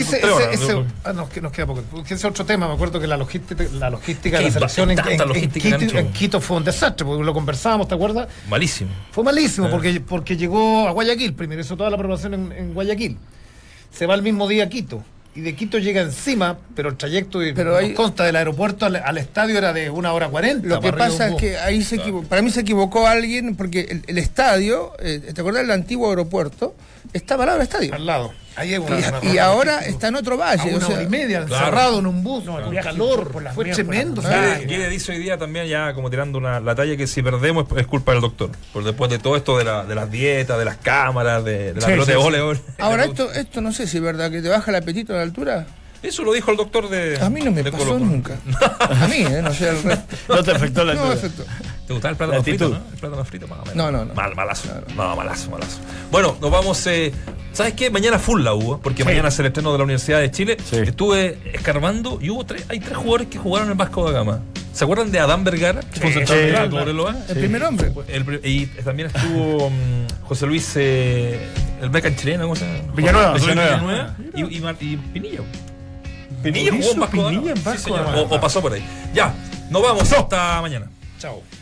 nos queda poco. Porque ese es otro tema. Me acuerdo que la logística de la selección en Quito fue un desastre, porque lo conversábamos, ¿te acuerdas? Malísimo. Fue malísimo, porque llegó a Guayaquil, primero hizo toda la preparación en Guayaquil. Se va el mismo día a Quito. Y de Quito llega encima, pero el trayecto nos consta del aeropuerto al estadio era de 1:40. Lo que pasa es que ahí para mí se equivocó alguien, porque el estadio, ¿te acordás del antiguo aeropuerto? Estaba al lado del estadio. Al lado. Ahí hay y ahora está en otro valle. A 1 hora y media, encerrado en un bus, con calor. Fue tremendo. Guille dice hoy día también, ya como tirando la talla, que si perdemos es culpa del doctor. Por después de todo esto de las dietas, de las cámaras, de la pelota de voleibol. Ahora, esto no sé si es verdad, que te baja el apetito a la altura. Eso lo dijo el doctor de... A mí no me pasó nunca. A mí, no sé el resto. No te afectó la altura. No me afectó. ¿Te gustaba el plátano frito, no? El plátano frito, más o menos. No. Malazo. No, malazo. Bueno, nos vamos... ¿Sabes qué? Mañana full la U, porque mañana es el estreno de la Universidad de Chile. Sí. Estuve escarbando y hay 3 jugadores que jugaron en Vasco da Gama. ¿Se acuerdan de Adán Vergara? Que fue central de Cobreloa. El primer hombre. Y también estuvo José Luis, el beca en chileno, ¿cómo se llama? Villanueva. Y Pinilla. Pinilla jugó en Vasco da Gama. O pasó por ahí. Ya, nos vamos. Hasta mañana. Chao.